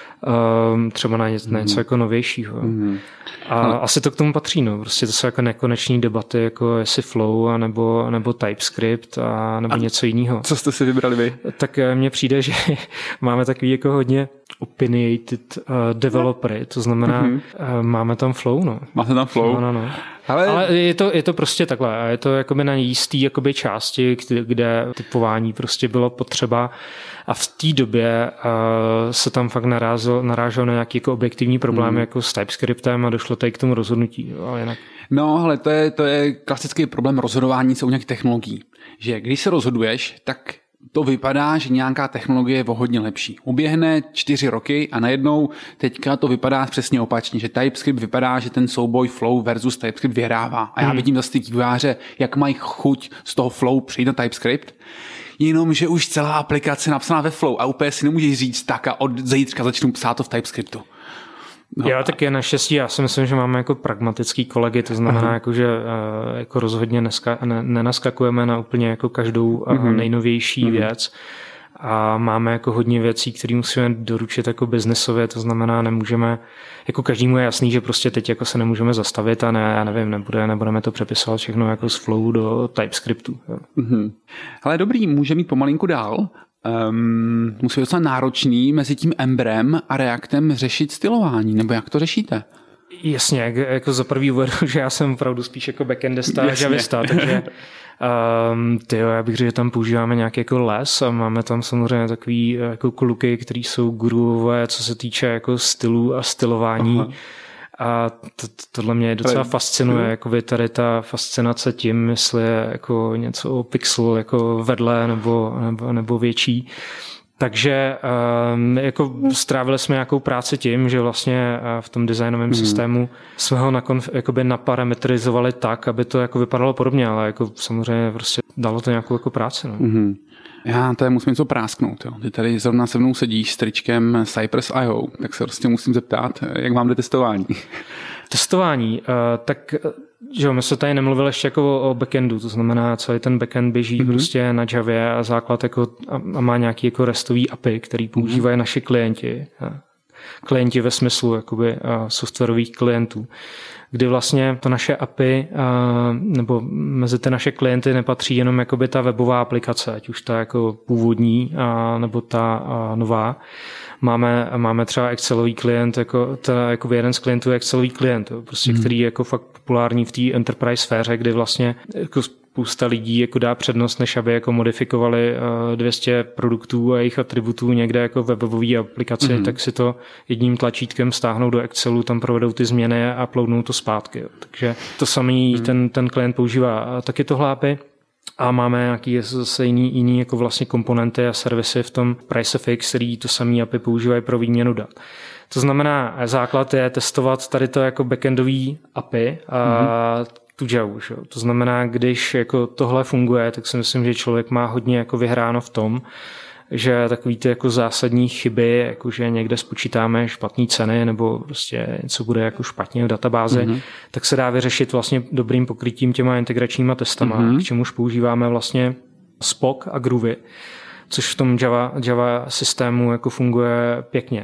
třeba na něco jako novějšího. A asi to k tomu patří, no. Prostě to jsou jako nekoneční debaty, jako jestli Flow, nebo TypeScript, nebo něco jiného. Co jste si vybrali vy? Tak mně přijde, že máme takový jako hodně opinionated developery, to znamená, máme tam Flow, no. Máte tam Flow? No. Ale je to prostě takhle. A je to jakoby na jistý jakoby části, kde typování prostě bylo potřeba. A v té době se tam fakt naráželo na nějaký jako objektivní problémy jako s TypeScriptem a došlo tady k tomu rozhodnutí. Ale jinak. No, ale to je klasický problém rozhodování se u nějakých technologií. Že když se rozhoduješ, tak to vypadá, že nějaká technologie je o hodně lepší. Uběhne 4 roky a najednou teďka to vypadá přesně opačně, že TypeScript vypadá, že ten souboj Flow versus TypeScript vyhrává. A já vidím zase ty vývojáře, jak mají chuť z toho Flow přijít na TypeScript, jenomže už celá aplikace je napsaná ve Flow a úplně si nemůžeš říct tak a od zítřka začnu psát to v TypeScriptu. No. Já tak je naštěstí, já si myslím, že máme jako pragmatický kolegy, to znamená, jako, že jako rozhodně nenaskakujeme na úplně jako každou nejnovější věc a máme jako hodně věcí, které musíme doručit jako biznesově, to znamená, nemůžeme, jako každému je jasný, že prostě teď jako se nemůžeme zastavit a já nevím, nebudeme to přepisovat všechno jako z Flow do TypeScriptu. Ale dobrý, můžeme jít pomalinku dál. Musí být docela náročný mezi tím Emberem a Reactem řešit stylování, nebo jak to řešíte? Jasně, jako za prvý uvedu, že já jsem opravdu spíš jako backendista a javista, takže já bych řekl, že tam používáme nějaký jako les a máme tam samozřejmě takový jako kluky, který jsou guruové, co se týče jako stylů a stylování. A tohle mě docela fascinuje, jakoby tady ta fascinace tím, jestli je jako něco o pixel jako vedle nebo větší. Takže jako strávili jsme nějakou práci tím, že vlastně v tom designovém systému jsme ho jakoby naparametrizovali tak, aby to jako vypadalo podobně, ale jako samozřejmě prostě dalo to nějakou jako práci. No. Já tady musím něco prásknout. Jo. Ty tady zrovna se mnou sedíš s tričkem Cypress.io, tak se prostě musím zeptat, jak vám jde testování? Testování, tak že my jsme tady nemluvili ještě jako o backendu, to znamená, celý ten backend běží prostě na Javě a základ jako a má nějaký jako restový API, který používají naši klienti. Klienti ve smyslu jakoby softwarových klientů, kdy vlastně to naše API nebo mezi ty naše klienty nepatří jenom jakoby ta webová aplikace, ať už ta jako původní nebo ta nová. Máme třeba Excelový klient, jako jeden z klientů je Excelový klient, prostě, který je jako fakt populární v té enterprise sféře, kdy vlastně jako spousta lidí jako dá přednost, než aby jako modifikovali 200 produktů a jejich atributů někde jako webové aplikaci, tak si to jedním tlačítkem stáhnou do Excelu, tam provedou ty změny a uploadnou to zpátky. Jo. Takže to samý ten klient používá taky tohle API. A máme nějaký zase jiný jako vlastně komponenty a servisy v tom PriceFX, který to samý API používají pro výměnu dat. To znamená, základ je testovat tady to jako backendový API a tu Javu. Že? To znamená, když jako tohle funguje, tak si myslím, že člověk má hodně jako vyhráno v tom, že takový ty jako zásadní chyby, jako že někde spočítáme špatné ceny nebo prostě něco bude jako špatně v databázi, tak se dá vyřešit vlastně dobrým pokrytím těma integračníma testama, k čemuž používáme vlastně Spock a Groovy, což v tom Java systému jako funguje pěkně.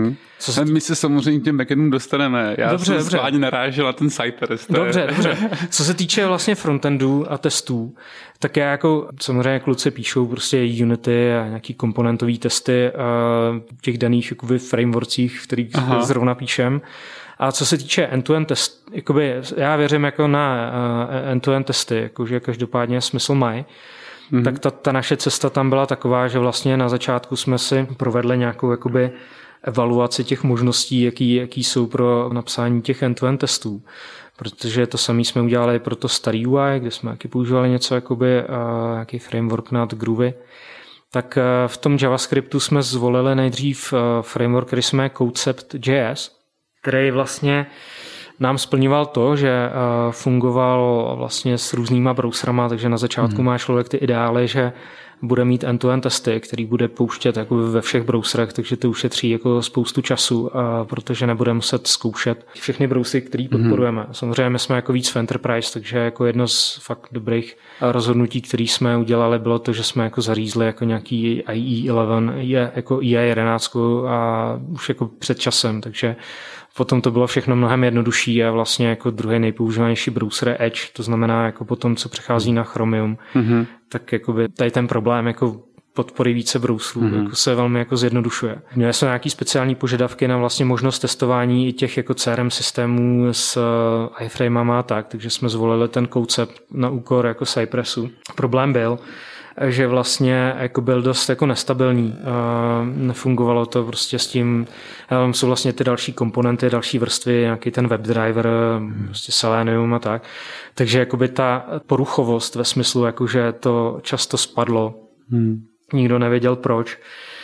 My se samozřejmě k těm backendům dostaneme. Já jsem schválně narážel na ten Cypress. Dobře. Co se týče vlastně frontendů a testů, tak já jako samozřejmě kluci píšou prostě Unity a nějaký komponentový testy těch daných jakoby frameworkcích, v kterých zrovna píšem. A co se týče end-to-end test, jakoby já věřím jako na end-to-end testy, jakože každopádně smysl mají. Tak ta naše cesta tam byla taková, že vlastně na začátku jsme si provedli nějakou jakoby evaluaci těch možností, jaký jsou pro napsání těch end-to-end testů. Protože to samé jsme udělali pro to starý UI, kde jsme taky používali něco jakoby nějaký framework nad Groovy. Tak v tom JavaScriptu jsme zvolili nejdřív framework, který jsme Concept.js, který vlastně nám splňoval to, že fungoval vlastně s různýma browserama, takže na začátku má člověk ty ideály, že bude mít end-to-end testy, který bude pouštět jako ve všech browserech, takže to ušetří jako spoustu času, protože nebude muset zkoušet všechny browsery, který podporujeme. Samozřejmě my jsme jako víc v Enterprise, takže jako jedno z fakt dobrých rozhodnutí, které jsme udělali, bylo to, že jsme jako zařízli jako nějaký IE11, jako IE11 a už jako před časem, takže potom to bylo všechno mnohem jednodušší a vlastně jako druhý nejpoužívanější browser je Edge, to znamená jako potom, co přechází na Chromium, tak jakoby tady ten problém jako podpory více browserů jako se velmi jako zjednodušuje. Měli jsme nějaký speciální požadavky na vlastně možnost testování i těch jako CRM systémů s iframama a tak, takže jsme zvolili ten koncept na úkor jako Cypressu. Problém byl, že vlastně jako byl dost jako nestabilní. Nefungovalo to prostě s tím, jsou vlastně ty další komponenty, další vrstvy, nějaký ten WebDriver, prostě Selenium a tak. Takže jakoby ta poruchovost ve smyslu, jakože to často spadlo, nikdo nevěděl proč,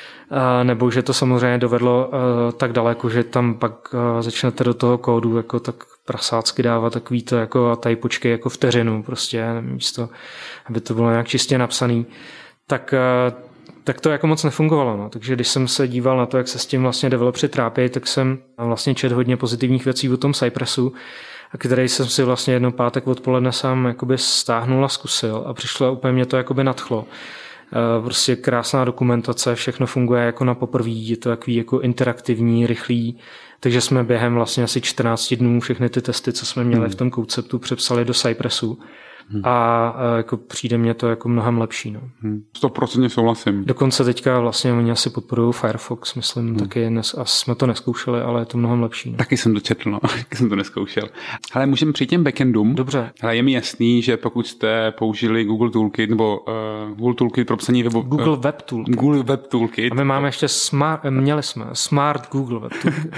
nebo že to samozřejmě dovedlo tak daleko, že tam pak začnete do toho kódu jako tak prasácky dávat takový to jako typočky jako vteřinu prostě místo, aby to bylo nějak čistě napsaný, tak to jako moc nefungovalo. No. Takže když jsem se díval na to, jak se s tím vlastně developři trápí, tak jsem vlastně četl hodně pozitivních věcí o tom Cypressu, který jsem si vlastně jednou pátek odpoledne sám jakoby stáhnul a zkusil a přišlo úplně mě to jakoby nadchlo. Prostě krásná dokumentace, všechno funguje jako na poprví, je to takový jako interaktivní, rychlý, takže jsme během vlastně asi 14 dnů všechny ty testy, co jsme měli v tom konceptu, přepsali do Cypressu a jako přijde mně to jako mnohem lepší. No. 100% souhlasím. Dokonce teďka vlastně oni asi podporují Firefox, myslím, taky a jsme to neskoušeli, ale je to mnohem lepší. No. Taky jsem to četl, no. Taky jsem to neskoušel. Ale můžeme přijít těm backendům. Dobře. Ale je mi jasný, že pokud jste použili Google Toolkit nebo Google Toolkit pro psaní webu... Google Web Toolkit. Google Web Toolkit. A my máme ještě měli jsme Smart Google Web Toolkit.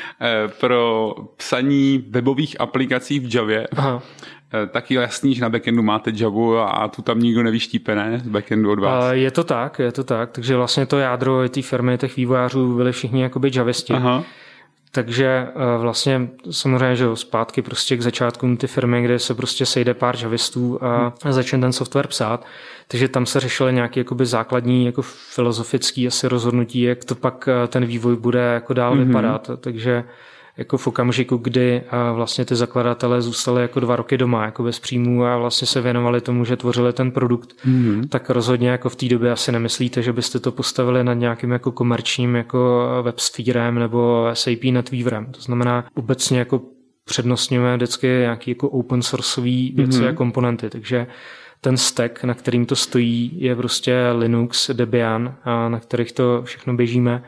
Pro psaní webových aplikací v Javě. Aha. Tak je jasný, že na backendu máte Javu a tu tam nikdo nevyštípe, ne? Z backendu od vás. Je to tak. Takže vlastně to jádro té firmy, těch vývojářů byli všichni jakoby javisti. Aha. Takže vlastně samozřejmě, že zpátky prostě k začátkům ty firmy, kde se prostě sejde pár javistů a začne ten software psát. Takže tam se řešily nějaké jakoby základní jako filozofické asi rozhodnutí, jak to pak ten vývoj bude jako dál vypadat. Takže jako v okamžiku, kdy vlastně ty zakladatelé zůstali jako 2 roky doma, jako bez příjmů a vlastně se věnovali tomu, že tvořili ten produkt, tak rozhodně jako v té době asi nemyslíte, že byste to postavili nad nějakým jako komerčním jako WebSpherem nebo SAP NetWeaverem. To znamená obecně jako přednostňujeme vždycky nějaký jako open sourceový věci a komponenty, takže ten stack, na kterým to stojí, je prostě Linux, Debian, na kterých to všechno běžíme.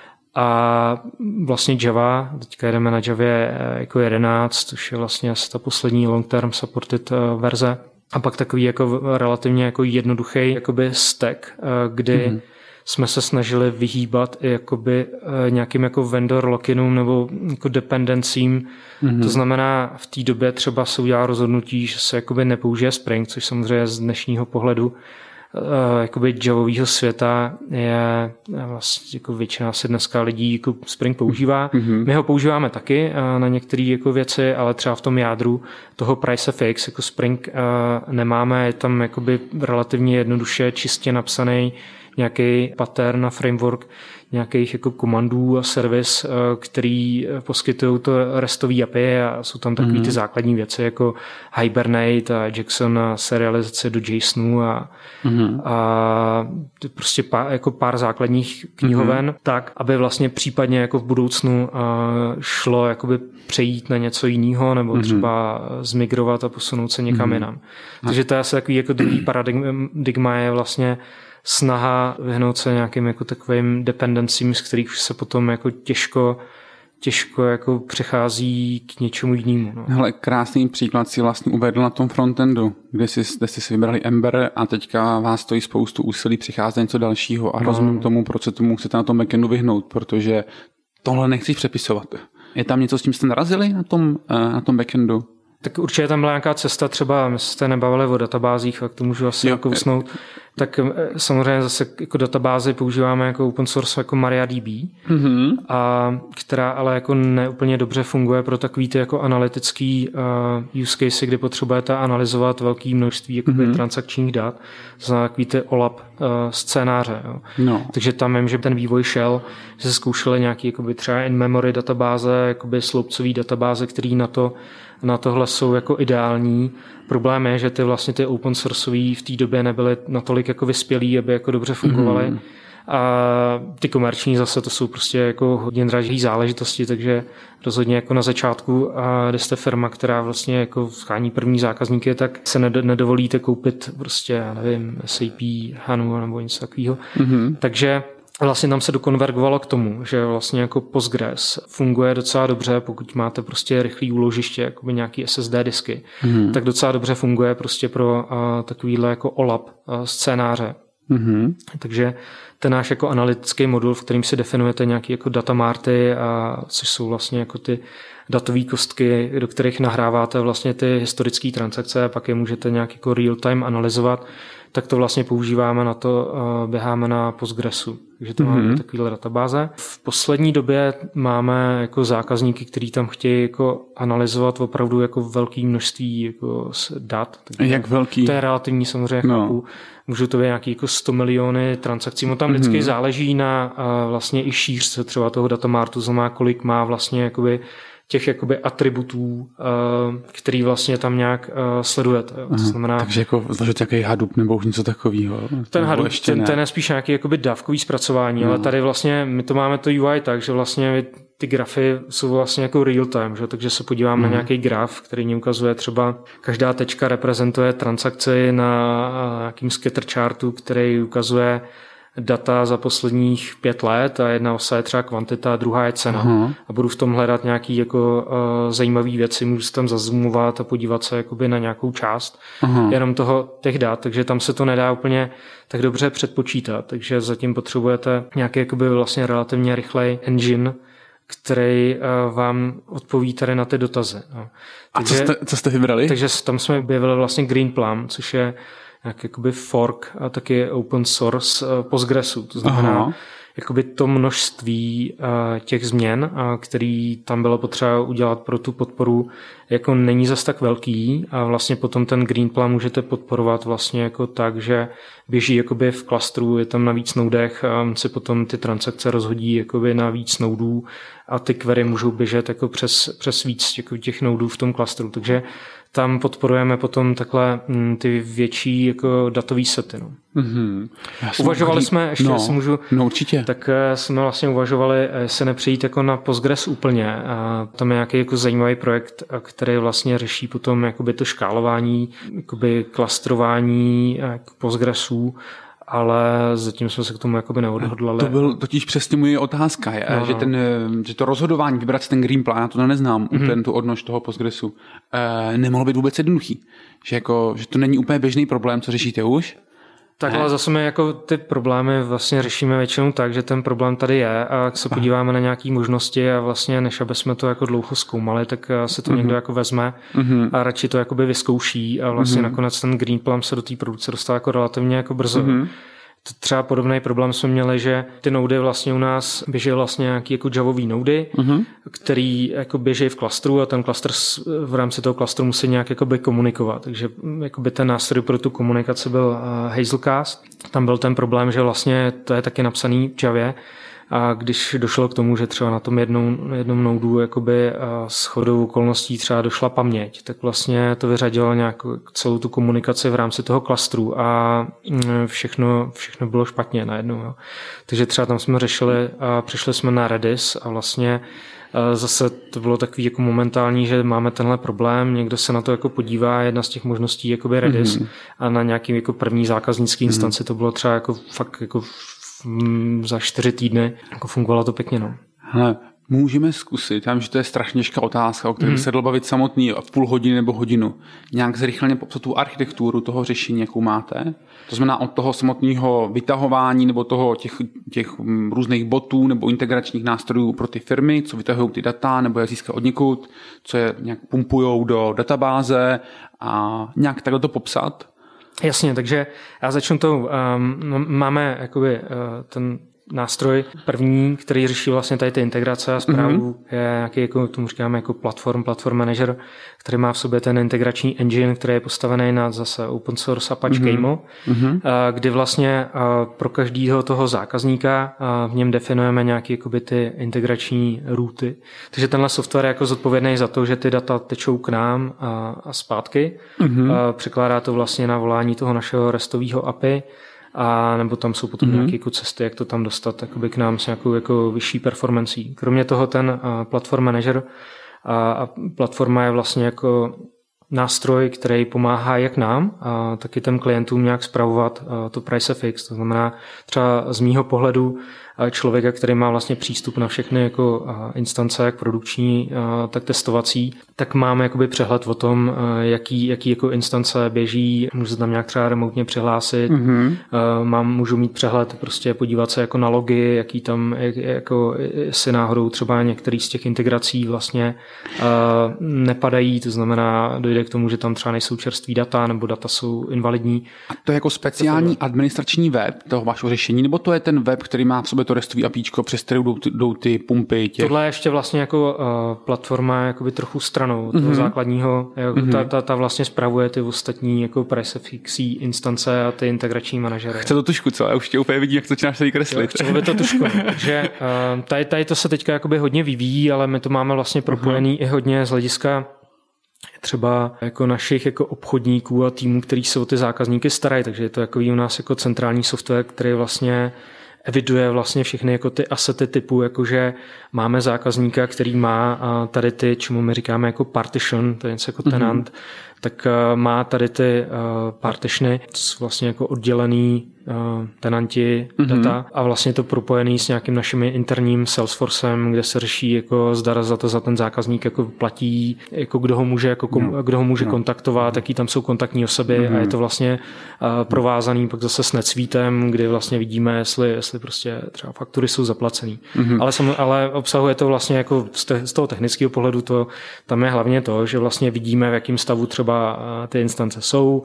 A vlastně Java, teďka jdeme na Javě jako 11, což je vlastně asi ta poslední long-term supported verze. A pak takový jako relativně jako jednoduchý jakoby stack, kdy jsme se snažili vyhýbat i jakoby nějakým jako vendor lock-inům nebo jako dependencím. To znamená, v té době třeba se udělá rozhodnutí, že se jakoby nepoužije Spring, což samozřejmě z dnešního pohledu jakoby javového světa je vlastně jako většina se dneska lidí jako Spring používá. My ho používáme taky na některé jako věci, ale třeba v tom jádru toho PriceFX jako Spring nemáme, je tam jakoby relativně jednoduše čistě napsaný nějaký pattern a framework nějakých jako komandů a servis, který poskytují to RESTové API a jsou tam takový ty základní věci jako Hibernate a Jackson a serializace do JSONu a prostě pár základních knihoven, tak, aby vlastně případně jako v budoucnu šlo jakoby přejít na něco jiného nebo třeba zmigrovat a posunout se někam jinam. Takže to je asi takový jako druhý paradigma je vlastně snaha vyhnout se nějakým jako takovým dependencím, z kterých už se potom jako těžko jako přechází k něčemu jinému. No. Hele, krásný příklad si vlastně uvedl na tom frontendu, kde jste si vybrali Ember a teďka vás stojí spoustu úsilí přicházet něco dalšího a rozumím tomu, proč se tomu chcete na tom backendu vyhnout, protože tohle nechceš přepisovat. Je tam něco, s tím jste narazili na tom backendu? Tak určitě tam byla nějaká cesta, třeba my jste nebavili o databázích, tak to můžu asi jako usnout. Tak samozřejmě zase jako databázy používáme jako open source jako MariaDB, a která ale jako neúplně dobře funguje pro takový ty jako analytický use case, kdy potřebujete analyzovat velké množství jakoby transakčních dat, znamená takový ty OLAP scénáře. Jo. No. Takže tam vím, že ten vývoj šel, že se zkoušeli nějaký jakoby třeba in-memory databáze, jakoby sloupcový databáze, který na tohle jsou jako ideální. Problém je, že ty open sourceový v té době nebyly natolik jako vyspělý, aby jako dobře fungovaly. A ty komerční zase to jsou prostě jako hodně dražší záležitosti, takže rozhodně jako na začátku, když jste firma, která vlastně jako schání první zákazníky, tak se nedovolíte koupit prostě, já nevím, SAP, HANu nebo něco takového. Takže vlastně tam se dokonvergovalo k tomu, že vlastně jako Postgres funguje docela dobře, pokud máte prostě rychlý úložiště, jakoby nějaký SSD disky, tak docela dobře funguje prostě pro takovýhle jako OLAP scénáře. Takže ten náš jako analytický modul, v kterým si definujete nějaký jako datamarty, což jsou vlastně jako ty datové kostky, do kterých nahráváte vlastně ty historické transakce a pak je můžete nějak jako real time analyzovat, tak to vlastně používáme na to, běháme na Postgresu. Takže to máme takovýhle databáze. V poslední době máme jako zákazníky, kteří tam chtějí jako analyzovat opravdu jako velké množství jako dat. Takže jak velký? To je relativní samozřejmě chápu. Můžou to být nějaký jako 100 miliony transakcí. No tam vždycky záleží na vlastně i šířce třeba toho datamartu, znamená kolik má vlastně jakoby těch jakoby atributů, který vlastně tam nějak sledujete. To znamená, takže jako zložit jaký Hadoop nebo už něco takového. Ten Hadoop, ten je spíš nějaký jakoby dávkový zpracování, ale tady vlastně my to máme to UI tak, že vlastně ty grafy jsou vlastně jako real time, že? Takže se podíváme na nějaký graf, který mi ukazuje třeba každá tečka reprezentuje transakci na nějakým scatter chartu, který ukazuje data za posledních 5 let a jedna osa je třeba kvantita a druhá je cena. A budu v tom hledat nějaký jako zajímavé věci, můžu se tam zazoomovat a podívat se jakoby na nějakou část jenom těch dat, takže tam se to nedá úplně tak dobře předpočítat, takže zatím potřebujete nějaký jakoby vlastně relativně rychlej engine, který vám odpoví tady na ty dotazy. No. Takže, a co jste vybrali? Takže tam jsme objevili vlastně Greenplum, což je jak jakoby fork a taky open source Postgresu. To znamená, jakoby to množství těch změn, který tam bylo potřeba udělat pro tu podporu, jako není zas tak velký a vlastně potom ten Greenplum můžete podporovat vlastně jako tak, že běží jakoby v klastru, je tam na víc nodech a se potom ty transakce rozhodí jakoby na víc nodů a ty query můžou běžet jako přes víc těch nodů v tom klastru. Takže tam podporujeme potom takhle ty větší jako datový sety. No. Uvažovali jsme, ještě si můžu, určitě. Tak jsme vlastně uvažovali, se nepřejít jako na Postgres úplně. A tam je nějaký jako zajímavý projekt, který vlastně řeší potom jakoby to škálování, jakoby klastrování Postgresů, ale zatím jsme se k tomu jakoby neodhodlali. To byl totiž přesně moje otázka, že to rozhodování, vybrat si ten Greenplum, já to neznám, tu odnož toho Postgresu, nemohlo být vůbec jednoduchý. Že to není úplně běžný problém, co řešíte už, Tak ale zase my jako ty problémy vlastně řešíme většinou tak, že ten problém tady je a se podíváme na nějaké možnosti a vlastně než aby jsme to jako dlouho zkoumali, tak se to někdo jako vezme a radši to jakoby vyzkouší a vlastně nakonec ten Green Plum se do té produkce dostal jako relativně jako brzo. Třeba podobný problém jsme měli, že ty noudy vlastně u nás běží vlastně nějaký jako javový noudy, který jako běží v klastru a ten klastr v rámci toho klastru musí nějak jakoby komunikovat. Takže jakoby ten nástroj pro tu komunikaci byl Hazelcast. Tam byl ten problém, že vlastně to je taky napsaný v Javě. A když došlo k tomu, že třeba na tom jednom noudu jakoby shodou okolností třeba došla paměť, tak vlastně to vyřadilo nějakou celou tu komunikaci v rámci toho klastru a všechno bylo špatně najednou. Jo. Takže třeba tam jsme řešili a přišli jsme na Redis a vlastně zase to bylo takový jako momentální, že máme tenhle problém, někdo se na to jako podívá, jedna z těch možností jakoby Redis a na nějaký jako první zákaznický instanci to bylo třeba jako fakt jako za 4 týdny, jako fungovalo to pěkně. No. Hele, můžeme zkusit, já vím, že to je strašně těžká otázka, o které by se dalo bavit samotný v půl hodiny nebo hodinu. Nějak zrychleně popsat tu architekturu toho řešení, jakou máte. To znamená od toho samotného vytahování nebo toho těch různých botů nebo integračních nástrojů pro ty firmy, co vytahují ty data nebo je získají odněkud, co je nějak pumpujou do databáze a nějak takhle to popsat. Jasně, takže já začnu to. Máme jakoby ten nástroj první, který řeší vlastně tady ty integrace a správu, je nějaký, jako tomu říkáme, jako platform manager, který má v sobě ten integrační engine, který je postavený na zase open source Apache Camel, kdy vlastně pro každého toho zákazníka v něm definujeme nějaké jakoby ty integrační rooty. Takže tenhle software je jako zodpovědný za to, že ty data tečou k nám a zpátky. Překládá to vlastně na volání toho našeho restového API, a nebo tam jsou potom nějaké jako cesty, jak to tam dostat k nám s nějakou jako vyšší performancí. Kromě toho ten platform manager a platforma je vlastně jako nástroj, který pomáhá jak nám, tak i těm klientům nějak spravovat to price fix. To znamená třeba z mýho pohledu člověka, který má vlastně přístup na všechny jako instance, jak produkční, tak testovací, tak máme jakoby přehled o tom, jaký jako instance běží, můžu se tam nějak třeba remotně přihlásit, můžu mít přehled, prostě podívat se jako na logy, jaký tam, jako si náhodou třeba některý z těch integrací vlastně nepadají, to znamená, dojde k tomu, že tam třeba nejsou čerství data, nebo data jsou invalidní. A to je jako speciální administrační web toho vašeho řešení, nebo to je ten web, který má v sobě to restový APIčko, přes který jdou ty pumpy těch? Tohle je ještě vlastně jako platforma jakoby trochu stranou toho základního. Ta vlastně spravuje ty ostatní jako price fixí instance a ty integrační manažery. Chce to tušku, co? Já už tě úplně vidím, jak to začínáš se vykreslit. Chce to tušku. Takže tady to se teďka jakoby hodně vyvíjí, ale my to máme vlastně propojený i hodně z hlediska třeba jako našich jako obchodníků a týmů, který se o ty zákazníky starají, takže je to jako u nás jako centrální software, který vlastně eviduje vlastně všechny jako ty asety typu, jakože máme zákazníka, který má tady ty, čemu my říkáme jako partition, to je něco jako tenant, tak má tady ty partitiony, vlastně jako oddělený tenanti data a vlastně to propojený s nějakým naším interním Salesforcem, kde se řeší jako zda za ten zákazník jako platí, jako kdo ho může jako kdo ho může kontaktovat, jaký tam jsou kontaktní osoby a je to vlastně provázaný pak zase s NetSuitem, kdy vlastně vidíme, jestli prostě třeba faktury jsou zaplacený. Ale obsahuje to vlastně jako z toho technického pohledu tam je hlavně to, že vlastně vidíme, v jakém stavu třeba ty instance jsou,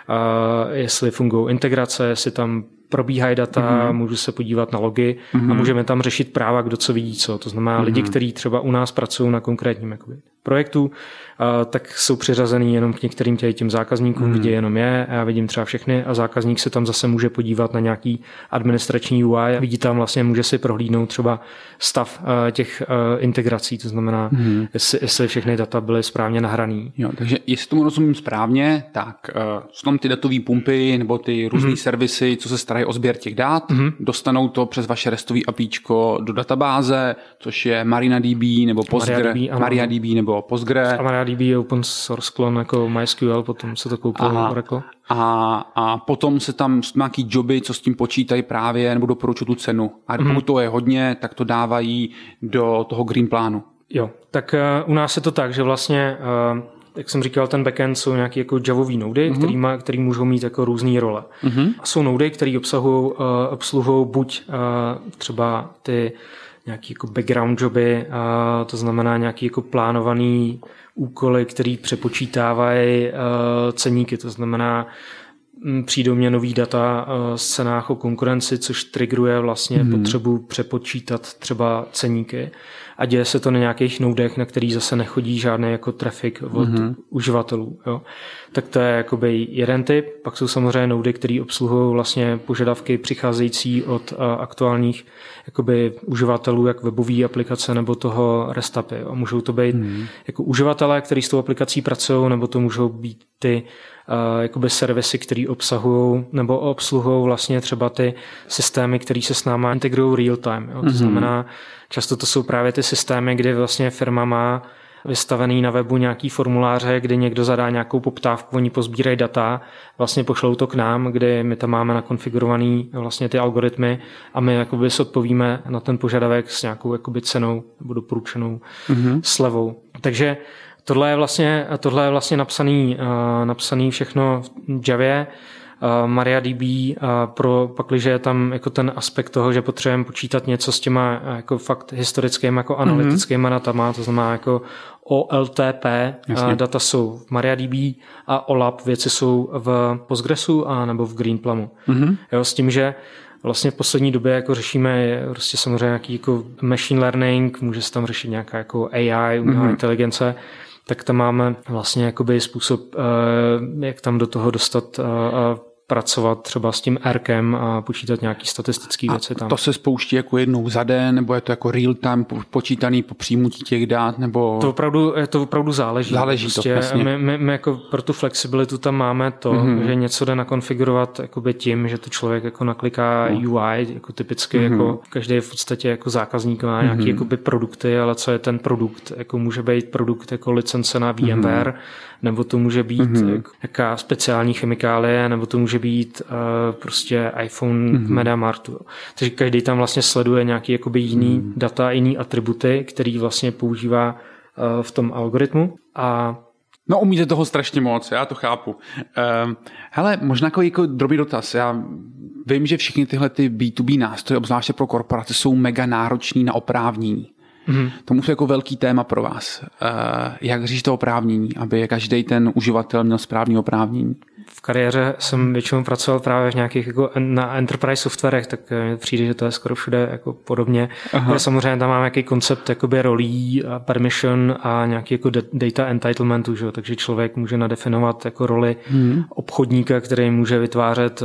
jestli fungují integrace, jestli tam probíhají data, můžu se podívat na logy a můžeme tam řešit práva, kdo co vidí co. To znamená lidi, kteří třeba u nás pracují na konkrétním projektu, tak jsou přiřazený jenom k některým těm zákazníkům, vidí jenom je a já vidím třeba všechny a zákazník se tam zase může podívat na nějaký administrační UI, vidí tam vlastně, může si prohlídnout třeba stav těch integrací, to znamená, jestli všechny data byly správně nahraný. Jo, takže jestli tomu rozumím správně, tak jsou tam ty datové pumpy nebo ty různé servisy, co se starají o sběr těch dat, dostanou to přes vaše restový APIčko do databáze, což je MariaDB nebo MariaDB nebo Postgre. A MariaDB je open source klon jako MySQL, potom se to koupil Oracle. A potom se tam nějaký joby, co s tím počítají právě, nebo doporučují tu cenu. A pokud to je hodně, tak to dávají do toho Green plánu. Jo, tak u nás je to tak, že vlastně jak jsem říkal, ten backend jsou nějaké jako javový nody, který můžou mít jako různé role. A jsou nody, které obsluhují buď třeba ty nějaký jako background joby, to znamená nějaký jako plánovaný úkoly, který přepočítávají ceníky, to znamená přijdou mě nový data z cenách o konkurenci, což triggeruje vlastně potřebu přepočítat třeba ceníky a děje se to na nějakých nodech, na který zase nechodí žádný jako traffic od uživatelů. Jo. Tak to je jakoby jeden typ. Pak jsou samozřejmě nody, které obsluhují vlastně požadavky přicházející od aktuálních jakoby uživatelů, jak webové aplikace nebo toho REST API. A můžou to být jako uživatelé, kteří s tou aplikací pracují, nebo to můžou být ty jakoby servisy, které obsahují nebo obsluhují vlastně třeba ty systémy, které se s náma integrují real time. Jo. To znamená, často to jsou právě ty systémy, kdy vlastně firma má vystavený na webu nějaký formuláře, kdy někdo zadá nějakou poptávku, oni pozbírají data, vlastně pošlou to k nám, kdy my tam máme nakonfigurovaný vlastně ty algoritmy a my jakoby odpovíme na ten požadavek s nějakou jakoby cenou nebo doporučenou slevou. Takže tohle je vlastně napsaný všechno v Javě. MariaDB pro pakliže je tam jako ten aspekt toho, že potřebujeme počítat něco s těma jako fakt historickými jako analytickými datama, to znamená jako OLTP data jsou v MariaDB a OLAP věci jsou v Postgresu a nebo v Greenplumu. Jo, s tím, že vlastně v poslední době jako řešíme prostě samozřejmě nějaký jako machine learning, může se tam řešit nějaká jako AI, umělá inteligence, tak tam máme vlastně jakoby způsob, jak tam do toho dostat a pracovat třeba s tím R-kem a počítat nějaký statistické věci tam. To se spouští jako jednou za den, nebo je to jako real time počítaný po přijmutí těch dát, nebo... To opravdu záleží. Záleží prostě, to, jasně. My jako pro tu flexibilitu tam máme to, že něco jde nakonfigurovat jakoby tím, že to člověk jako nakliká UI, jako typicky jako každý v podstatě jako zákazník má nějaký jakoby produkty, ale co je ten produkt? Jako může být produkt jako licence na VMware, nebo to může být jaká speciální chemikálie, nebo to může být prostě iPhone v MediaMarktu. Takže každý tam vlastně sleduje nějaký jakoby jiný data, jiný atributy, který vlastně používá v tom algoritmu. No umíte toho strašně moc, já to chápu. Hele, možná jako drobný dotaz. Já vím, že všechny tyhle ty B2B nástroje, obzvláště pro korporace, jsou mega náročný na oprávnění. To musí jako velký téma pro vás. Jak říct to oprávnění, aby každý ten uživatel měl správný oprávnění? V kariéře jsem většinou pracoval právě v nějakých jako na enterprise softwarech, tak mi přijde, že to je skoro všude jako podobně. Ale samozřejmě tam máme nějaký koncept jakoby rolí a permission a nějaký jako data entitlementu, že? Takže člověk může nadefinovat jako roli obchodníka, který může vytvářet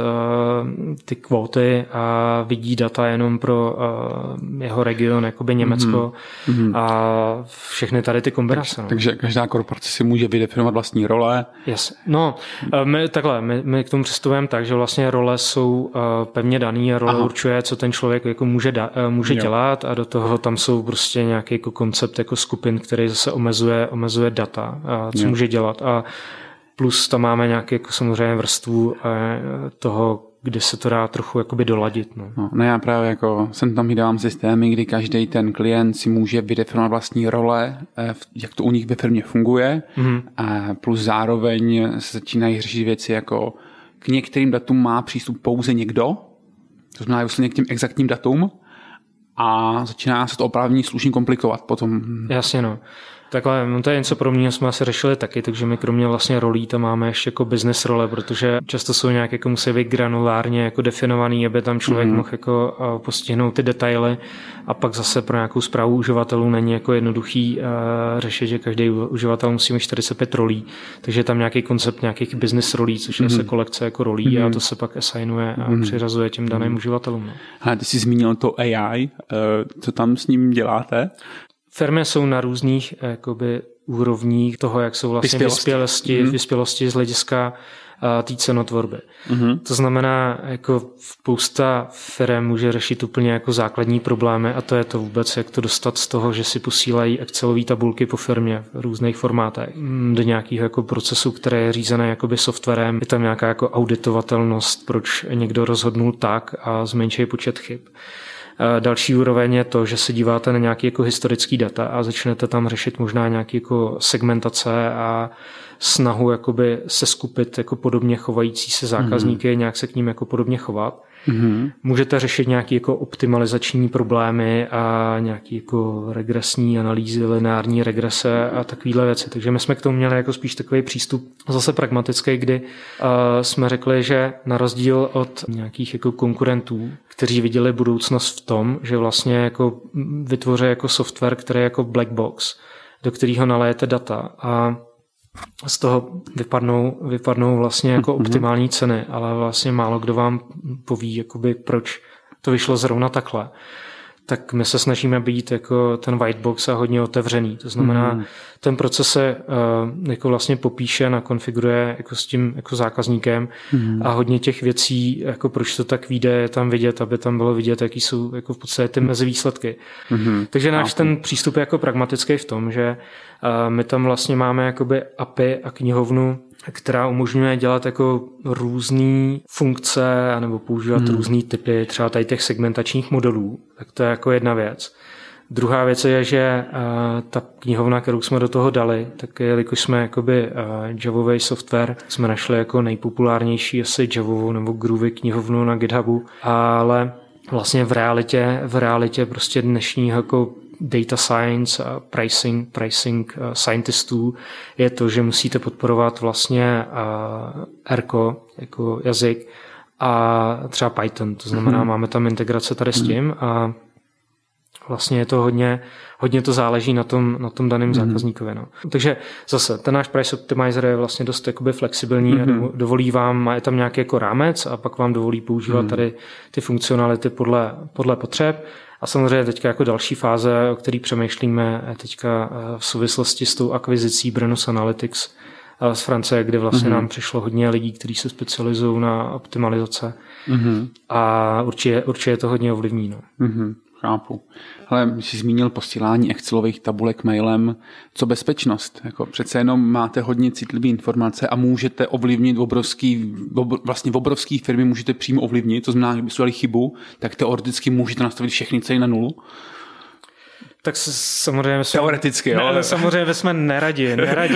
ty kvóty a vidí data jenom pro jeho region, jakoby Německo a všechny tady ty kombinace. Takže každá korporace si může vydefinovat vlastní role. Yes. No, my k tomu přistupujeme tak, že vlastně role jsou pevně daný a role určuje, co ten člověk jako může dělat a do toho tam jsou prostě nějaký jako koncept jako skupin, který zase omezuje data, co může dělat a plus tam máme nějaký jako samozřejmě vrstvu toho, kde se to dá trochu jakoby doladit. No já právě jako jsem tam dávám systémy, kdy každý ten klient si může vydefinovat vlastní role, jak to u nich ve firmě funguje a plus zároveň se začínají řešit věci jako k některým datům má přístup pouze někdo, to znamená vlastně k těm exaktním datům a začíná se to oprávnění slušně komplikovat potom. Jasně, no. Takhle, to je něco pro mě, jsme asi řešili taky, takže my kromě vlastně rolí tam máme ještě jako business role, protože často jsou nějak jako musí být granulárně jako definovaný, aby tam člověk mohl jako postihnout ty detaily a pak zase pro nějakou správu uživatelů není jako jednoduchý řešit, že každý uživatel musí mít 45 rolí, takže je tam nějaký koncept nějakých business rolí, což je se kolekce jako rolí a to se pak assignuje a přiřazuje těm daným uživatelům. No. A ty jsi zmínil to AI, co tam s ním děláte? Firmy jsou na různých jakoby, úrovních toho, jak jsou vlastně vyspělosti z hlediska té cenotvorby. To znamená, jako spousta firm může řešit úplně jako základní problémy a to je to vůbec, jak to dostat z toho, že si posílají Excelové tabulky po firmě v různých formátech do nějakého jako procesu, který je řízený jakoby softwarem. Je tam nějaká jako auditovatelnost, proč někdo rozhodnul tak a zmenší počet chyb. Další úroveň je to, že se díváte na nějaké jako historické data a začnete tam řešit možná nějaké jako segmentace a snahu jakoby seskupit jako podobně chovající se zákazníky, nějak se k ním jako podobně chovat. Můžete řešit nějaké jako optimalizační problémy a nějaké jako regresní analýzy, lineární regrese a takovéhle věci. Takže my jsme k tomu měli jako spíš takový přístup zase pragmatický, kdy jsme řekli, že na rozdíl od nějakých jako konkurentů, kteří viděli budoucnost v tom, že vlastně jako vytvoří jako software, který je jako black box, do kterého naléjete data a z toho vypadnou vlastně jako optimální ceny, ale vlastně málo kdo vám poví, jakoby, proč to vyšlo zrovna takhle. Tak my se snažíme být jako ten white box a hodně otevřený. To znamená, ten proces se jako vlastně popíše, nakonfiguruje jako s tím jako zákazníkem a hodně těch věcí, jako proč to tak vyjde, je tam vidět, aby tam bylo vidět, jaký jsou jako v podstatě ty mezivýsledky. Takže náš ten přístup je jako pragmatický v tom, že my tam vlastně máme jakoby API a knihovnu, která umožňuje dělat jako různé funkce anebo používat různé typy třeba tady těch segmentačních modelů. Tak to je jako jedna věc. Druhá věc je, že ta knihovna, kterou jsme do toho dali, tak jelikož jsme jakoby javový software, jsme našli jako nejpopulárnější asi javovou nebo Groovy knihovnu na GitHubu, ale vlastně v realitě prostě dnešního jako data science a pricing scientistů je to, že musíte podporovat vlastně Ergo jako jazyk a třeba Python. To znamená, máme tam integrace tady s tím a vlastně je to hodně to záleží na tom daném zákazníkovi. No. Takže zase ten náš price optimizer je vlastně dost jakoby flexibilní a dovolí vám, je tam nějaký jako rámec a pak vám dovolí používat tady ty funkcionality podle potřeb. A samozřejmě teďka jako další fáze, o který přemýšlíme teďka v souvislosti s tou akvizicí Brennus Analytics z Francie, kde vlastně nám přišlo hodně lidí, kteří se specializují na optimalizace a určitě to hodně ovlivní. No. Chápu. Ale jsi zmínil posílání Excelových tabulek mailem. Co bezpečnost? Jako přece jenom máte hodně citlivé informace a můžete ovlivnit obrovský firmy můžete přímo ovlivnit. To znamená, kdyby dali chybu, tak teoreticky můžete nastavit všechny ceny na nulu. Tak samozřejmě teoreticky, ale samozřejmě jsme neradi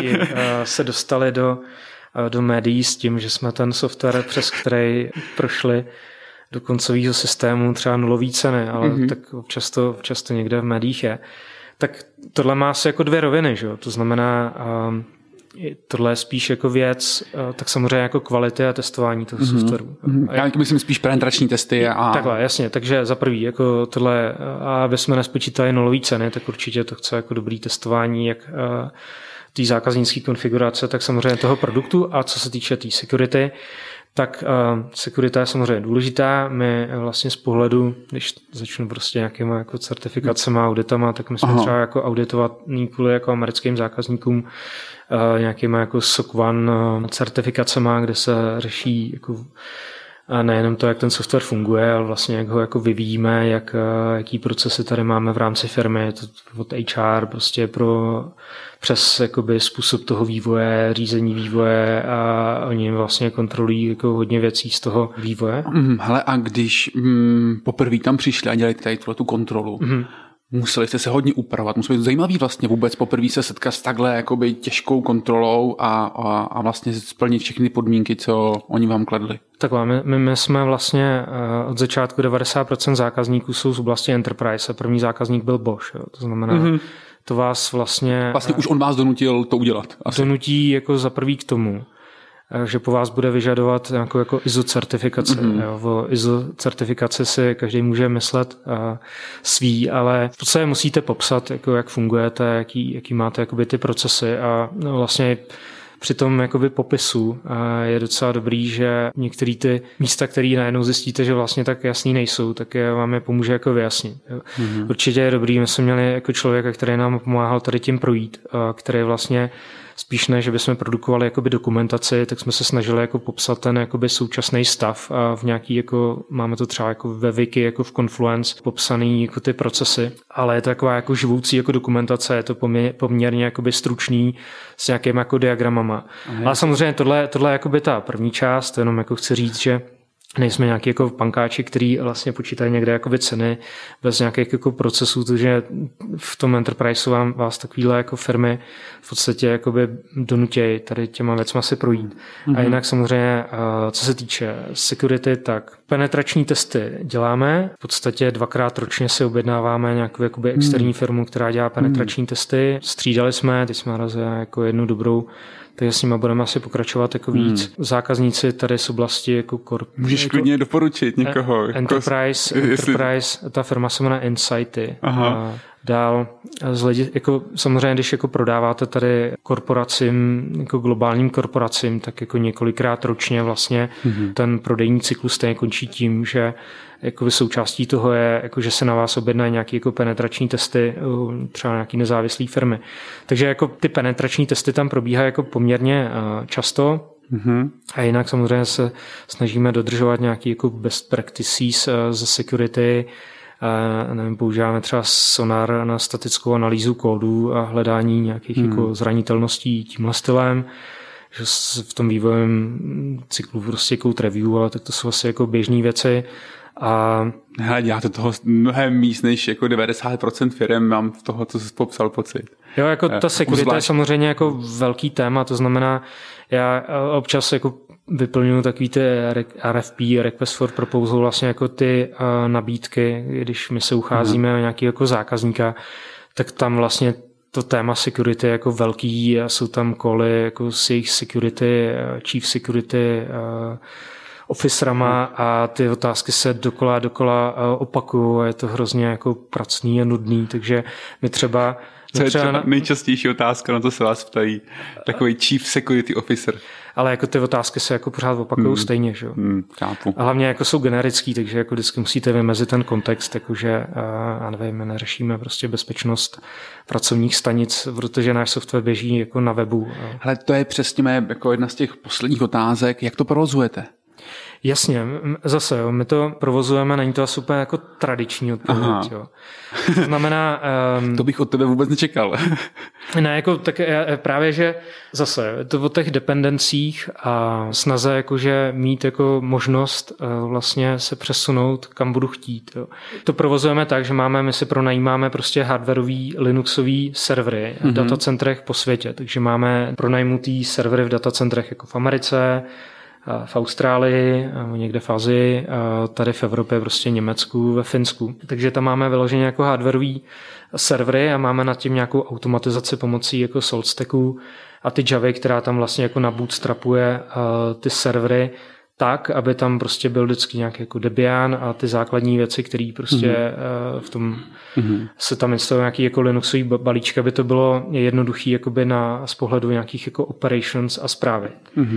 se dostali do médií s tím, že jsme ten software, přes který prošli do koncového systému třeba nulový ceny, ale tak občas to někde v médiích je. Tak tohle má asi jako dvě roviny, že? To znamená, tohle je spíš jako věc, tak samozřejmě jako kvality a testování toho softwaru. Já myslím spíš penetrační testy. Takhle, jasně. Takže za prvý, jako tohle, aby jsme nespočítali nulový ceny, tak určitě to chce jako dobrý testování, jak té zákaznické konfigurace, tak samozřejmě toho produktu a co se týče té security, tak security je samozřejmě důležitá. My vlastně z pohledu, když začnu prostě nějakýma jako certifikacemi, auditama, tak my jsme třeba jako auditovaný kvůli jako americkým zákazníkům nějakýma jako SOC 1 certifikacema, kde se řeší jako nejenom to, jak ten software funguje, ale vlastně jak ho jako vyvíjíme, jaký procesy tady máme v rámci firmy, to od HR prostě přes jakoby způsob toho vývoje, řízení vývoje a oni vlastně kontrolují jako hodně věcí z toho vývoje. Hele, a když poprvé tam přišli a dělali tady tu kontrolu, museli jste se hodně upravovat. Muselo být zajímavý vlastně vůbec poprvé se setkat s takhle jakoby těžkou kontrolou a vlastně splnit všechny podmínky, co oni vám kladli. Takhle, my jsme vlastně od začátku 90% zákazníků jsou z oblasti Enterprise a první zákazník byl Bosch. Jo. To znamená, to vás vlastně... Vlastně už on vás donutil to udělat. Asi. Donutí jako za prvý k tomu, že po vás bude vyžadovat nějakou jako ISO certifikaci. O ISO certifikaci si každý může myslet svý, ale v podstatě musíte popsat, jako jak fungujete, jaký máte jakoby ty procesy a vlastně při tom jakoby popisu je docela dobrý, že některé ty místa, které najednou zjistíte, že vlastně tak jasný nejsou, tak vám je pomůže jako vyjasnit. Určitě je dobrý, my jsme měli jako člověka, který nám pomáhal tady tím projít, který vlastně spíš ne, že bychom produkovali jakoby dokumentaci, tak jsme se snažili jako popsat ten jakoby současný stav a v nějaký jako, máme to třeba jako ve Wiki, jako v Confluence, popsaný jako ty procesy, ale je to taková jako živoucí jako dokumentace, je to poměrně jakoby stručný s nějakými jako diagramama. Ale samozřejmě tohle je jakoby ta první část, jenom jako chci říct, že nejsme nějaký jako pankáči, který vlastně počítají někde jakoby ceny bez nějakých jako procesů, takže v tom enterprise vás takovýhle jako firmy v podstatě jakoby donutějí tady těma věcma si projít. A jinak samozřejmě, co se týče security, tak penetrační testy děláme. V podstatě 2krát ročně si objednáváme nějakou jakoby externí firmu, která dělá penetrační testy. Střídali jsme, teď jsme narazili jako jednu dobrou, takže s nimi budeme asi pokračovat jako víc. Zákazníci tady z oblasti jako můžeš jako klidně doporučit někoho. Enterprise, ta firma se jmenuje Insighty. Dál jako samozřejmě, když jako prodáváte tady korporacím, jako globálním korporacím, tak jako několikrát ročně vlastně ten prodejní cyklus stejně končí tím, že jako součástí toho je, jako že se na vás objednají nějaké jako penetrační testy, třeba nějaký nezávislé firmy. Takže jako ty penetrační testy tam probíhají jako poměrně často. A jinak samozřejmě se snažíme dodržovat nějaké jako best practices ze security. Nevím, používáme třeba sonar na statickou analýzu kódu a hledání nějakých jako zranitelností tímhle stylem, že v tom vývojovém cyklu prostě code review, ale tak to jsou asi jako běžné věci. A hele, děláte toho mnohem víc než jako 90% firem, mám v toho, co jsi popsal, pocit. Jo, jako ta security je samozřejmě jako velký téma, to znamená, já občas jako vyplňuji takový ty RFP, Request for Proposal, vlastně jako ty nabídky, když my se ucházíme o nějaký jako zákazníka, tak tam vlastně to téma security je jako velký a jsou tam koly jako s jejich security, chief security officerama a ty otázky se dokola opakují a je to hrozně jako pracný a nudný, takže my třeba... Co je třeba nejčastější otázka, na to se vás ptají, takový chief security officer. Ale jako ty otázky se jako pořád opakují stejně, že jo. Chápu. A hlavně jako jsou generický, takže jako vždycky musíte vymezit ten kontext, jakože, já nevím, my neřešíme prostě bezpečnost pracovních stanic, protože náš software běží jako na webu. Hele, to je přesně mé, jako jedna z těch posledních otázek, jak to provozujete? Jasně, zase, jo, my to provozujeme, není to asi úplně jako tradiční odpověď. Jo. To znamená... to bych od tebe vůbec nečekal. Ne, jako tak právě, že zase, to o těch dependencích a snaze jakože mít jako možnost vlastně se přesunout, kam budu chtít. Jo. To provozujeme tak, že my si pronajímáme prostě hardwarový Linuxový servery v datacentrech po světě, takže máme pronajmutý servery v datacentrech jako v Americe, v Austrálii, někde v Asii, tady v Evropě, prostě Německu, ve Finsku. Takže tam máme vyloženě jako hardwareový servery a máme nad tím nějakou automatizaci pomocí jako SaltStacku a ty Javy, která tam vlastně jako nabootstrapuje ty servery tak, aby tam prostě byl vždycky nějaký jako Debian a ty základní věci, které prostě v tom se tam instalují nějaký jako Linuxový balíček, aby to bylo jednoduchý jakoby z pohledu nějakých jako operations a zprávy.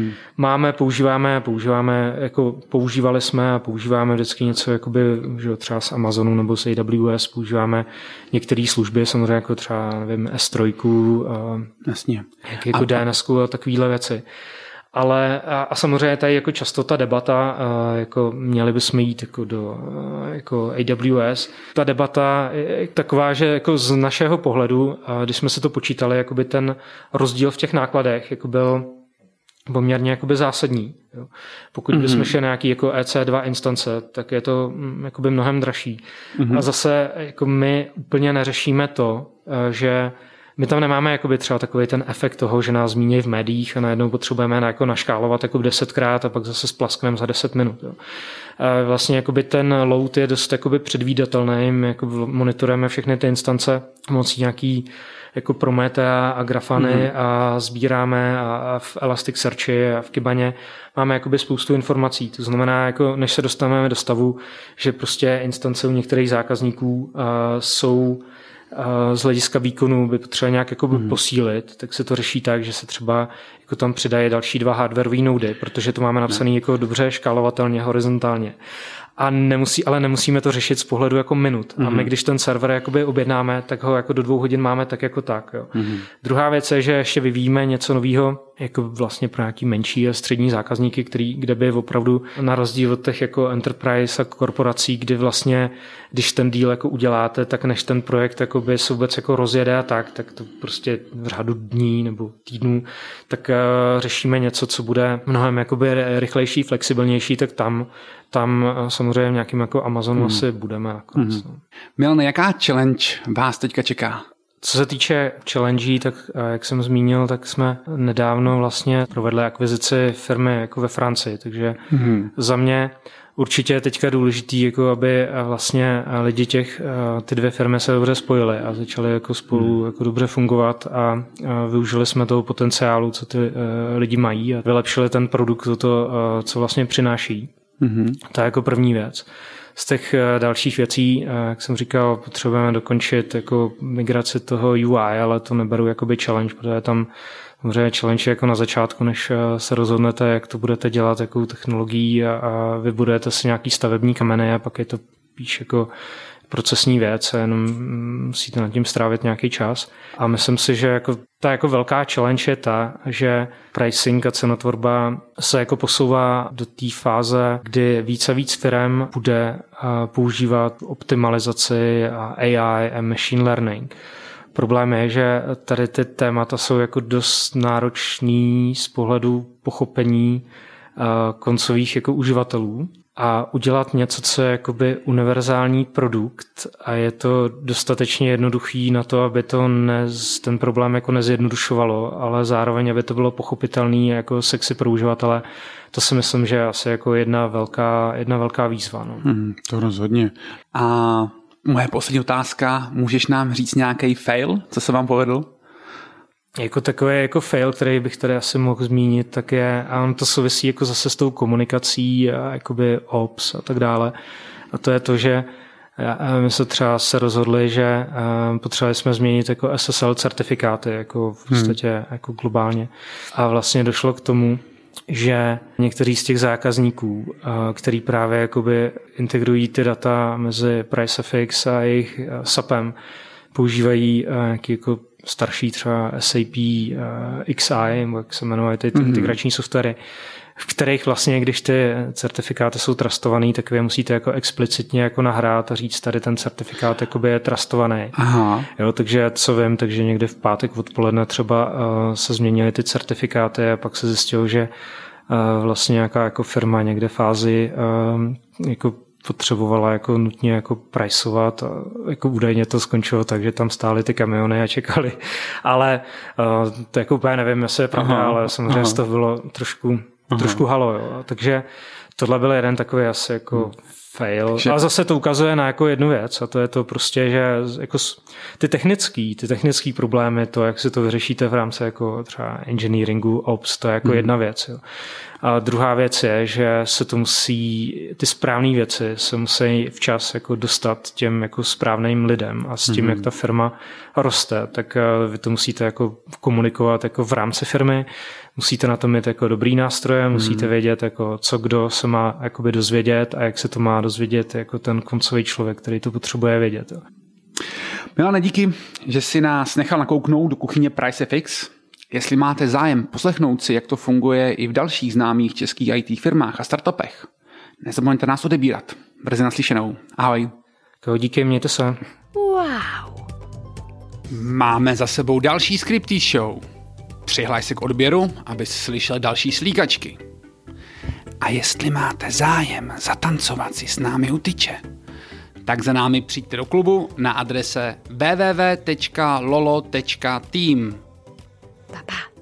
Používali jsme a používáme vždycky něco jakoby, že třeba z Amazonu nebo z AWS, používáme některé služby, samozřejmě jako třeba, nevím, S3, jasně. Jako DNSku a takovéhle věci. Ale a samozřejmě tady jako často ta debata, jako měli bychom jít jako do jako AWS. Ta debata je taková, že jako z našeho pohledu, když jsme se to počítali, jakoby ten rozdíl v těch nákladech jako byl poměrně jakoby zásadní. Jo. Pokud bychom šli na nějaký jako EC2 instance, tak je to jakoby mnohem dražší. A zase jako my úplně neřešíme to, že my tam nemáme jakoby třeba takový ten efekt toho, že nás zmíní v médiích a najednou potřebujeme jako naškálovat jako 10krát a pak zase splaskneme za 10 minut. Jo. A vlastně jakoby ten load je dost jakoby předvídatelný, my jako monitorujeme všechny ty instance pomocí nějaký jako Prometea a Grafany a sbíráme a v Elasticsearchi a v Kibaně máme jakoby spoustu informací. To znamená, jako než se dostaneme do stavu, že prostě instance u některých zákazníků jsou z hlediska výkonu by potřeba nějak jako posílit, tak se to řeší tak, že se třeba jako tam přidají další 2 hardwareové nody, protože to máme napsané jako dobře škálovatelně, horizontálně. Ale nemusíme to řešit z pohledu jako minut. A my, když ten server jakoby objednáme, tak ho jako do 2 hodin máme tak jako tak. Jo. Druhá věc je, že ještě vyvíjíme něco nového, jako vlastně pro nějaký menší a střední zákazníky, kde by opravdu na rozdíl od těch jako enterprise a korporací, kdy vlastně, když ten deal jako uděláte, tak než ten projekt jakoby se vůbec jako rozjede a tak to prostě v řádu dní nebo týdnů, tak řešíme něco, co bude mnohem jakoby rychlejší, flexibilnější, tak tam samozřejmě nějakým jako Amazonu asi budeme nakonec. Milane, jaká challenge vás teďka čeká? Co se týče challenge, tak jak jsem zmínil, tak jsme nedávno vlastně provedli akvizici firmy jako ve Francii, takže za mě určitě je teďka důležitý, jako aby vlastně lidi ty dvě firmy se dobře spojily a začaly jako spolu jako dobře fungovat a využili jsme toho potenciálu, co ty lidi mají a vylepšili ten produkt, to, co vlastně přináší. To je jako první věc. Z těch dalších věcí, jak jsem říkal, potřebujeme dokončit jako migraci toho UI, ale to neberu jakoby challenge, protože tam samozřejmě challenge je jako na začátku, než se rozhodnete, jak to budete dělat, jakou technologií a vybudujete si nějaký stavební kameny a pak je to spíš jako procesní věc a jenom musíte nad tím strávit nějaký čas. A myslím si, že jako ta jako velká challenge je ta, že pricing a cenotvorba se jako posouvá do té fáze, kdy víc a víc firem bude používat optimalizaci a AI a machine learning. Problém je, že tady ty témata jsou jako dost náročný z pohledu pochopení koncových jako uživatelů. A udělat něco, co je jakoby univerzální produkt a je to dostatečně jednoduchý na to, aby to ten problém jako nezjednodušovalo, ale zároveň, aby to bylo pochopitelný jako sexy pro uživatele, to si myslím, že je asi jako jedna velká výzva. No. To rozhodně. A moje poslední otázka, můžeš nám říct nějaký fail, co se vám povedl? Jako takový jako fail, který bych tady asi mohl zmínit, tak je, a on to souvisí jako zase s tou komunikací a jakoby ops a tak dále. A to je to, že my se třeba rozhodli, že potřebovali jsme změnit jako SSL certifikáty jako v podstatě jako globálně. A vlastně došlo k tomu, že někteří z těch zákazníků, který právě jakoby integrují ty data mezi PriceFX a jejich SAPem, používají nějaký jako starší třeba SAP XI, jak se jmenují ty integrační softwary, v kterých vlastně, když ty certifikáty jsou trustovaný, tak vy musíte jako explicitně jako nahrát a říct, tady ten certifikát jakoby je trustovaný. Aha. Jo, takže co vím, takže někdy v pátek odpoledne třeba se změnily ty certifikáty a pak se zjistilo, že vlastně nějaká jako firma někde fázi jako potřebovala jako nutně jako priceovat a jako údajně to skončilo tak, že tam stály ty kamiony a čekali. Ale to jako úplně nevím, jestli je pravda, ale samozřejmě z toho bylo trošku halo. Jo. Takže tohle byl jeden takový asi jako fail. A zase to ukazuje na jako jednu věc a to je to prostě, že jako ty technický problémy, to, jak si to vyřešíte v rámci jako třeba engineeringu, ops, to je jako jedna věc. Jo. A druhá věc je, že se to ty správné věci se musí včas jako dostat těm jako správným lidem a s tím, jak ta firma roste, tak vy to musíte jako komunikovat jako v rámci firmy, musíte na to mít jako dobrý nástroje, musíte vědět, jako co kdo se má jakoby dozvědět a jak se to má dozvědět jako ten koncový člověk, který to potřebuje vědět. Jo. Milane, díky, že si nás nechal nakouknout do kuchyně PriceFX. Jestli máte zájem poslechnout si, jak to funguje i v dalších známých českých IT firmách a startupech, nezapomeňte nás odebírat. Brzy naslyšenou. Ahoj. Díky, mějte se. Wow. Máme za sebou další Scripty Show. Přihlaj se k odběru, abys slyšel další slíkačky. A jestli máte zájem zatancovat si s námi u tyče, tak za námi přijďte do klubu na adrese www.lolo.team. Pa, pa.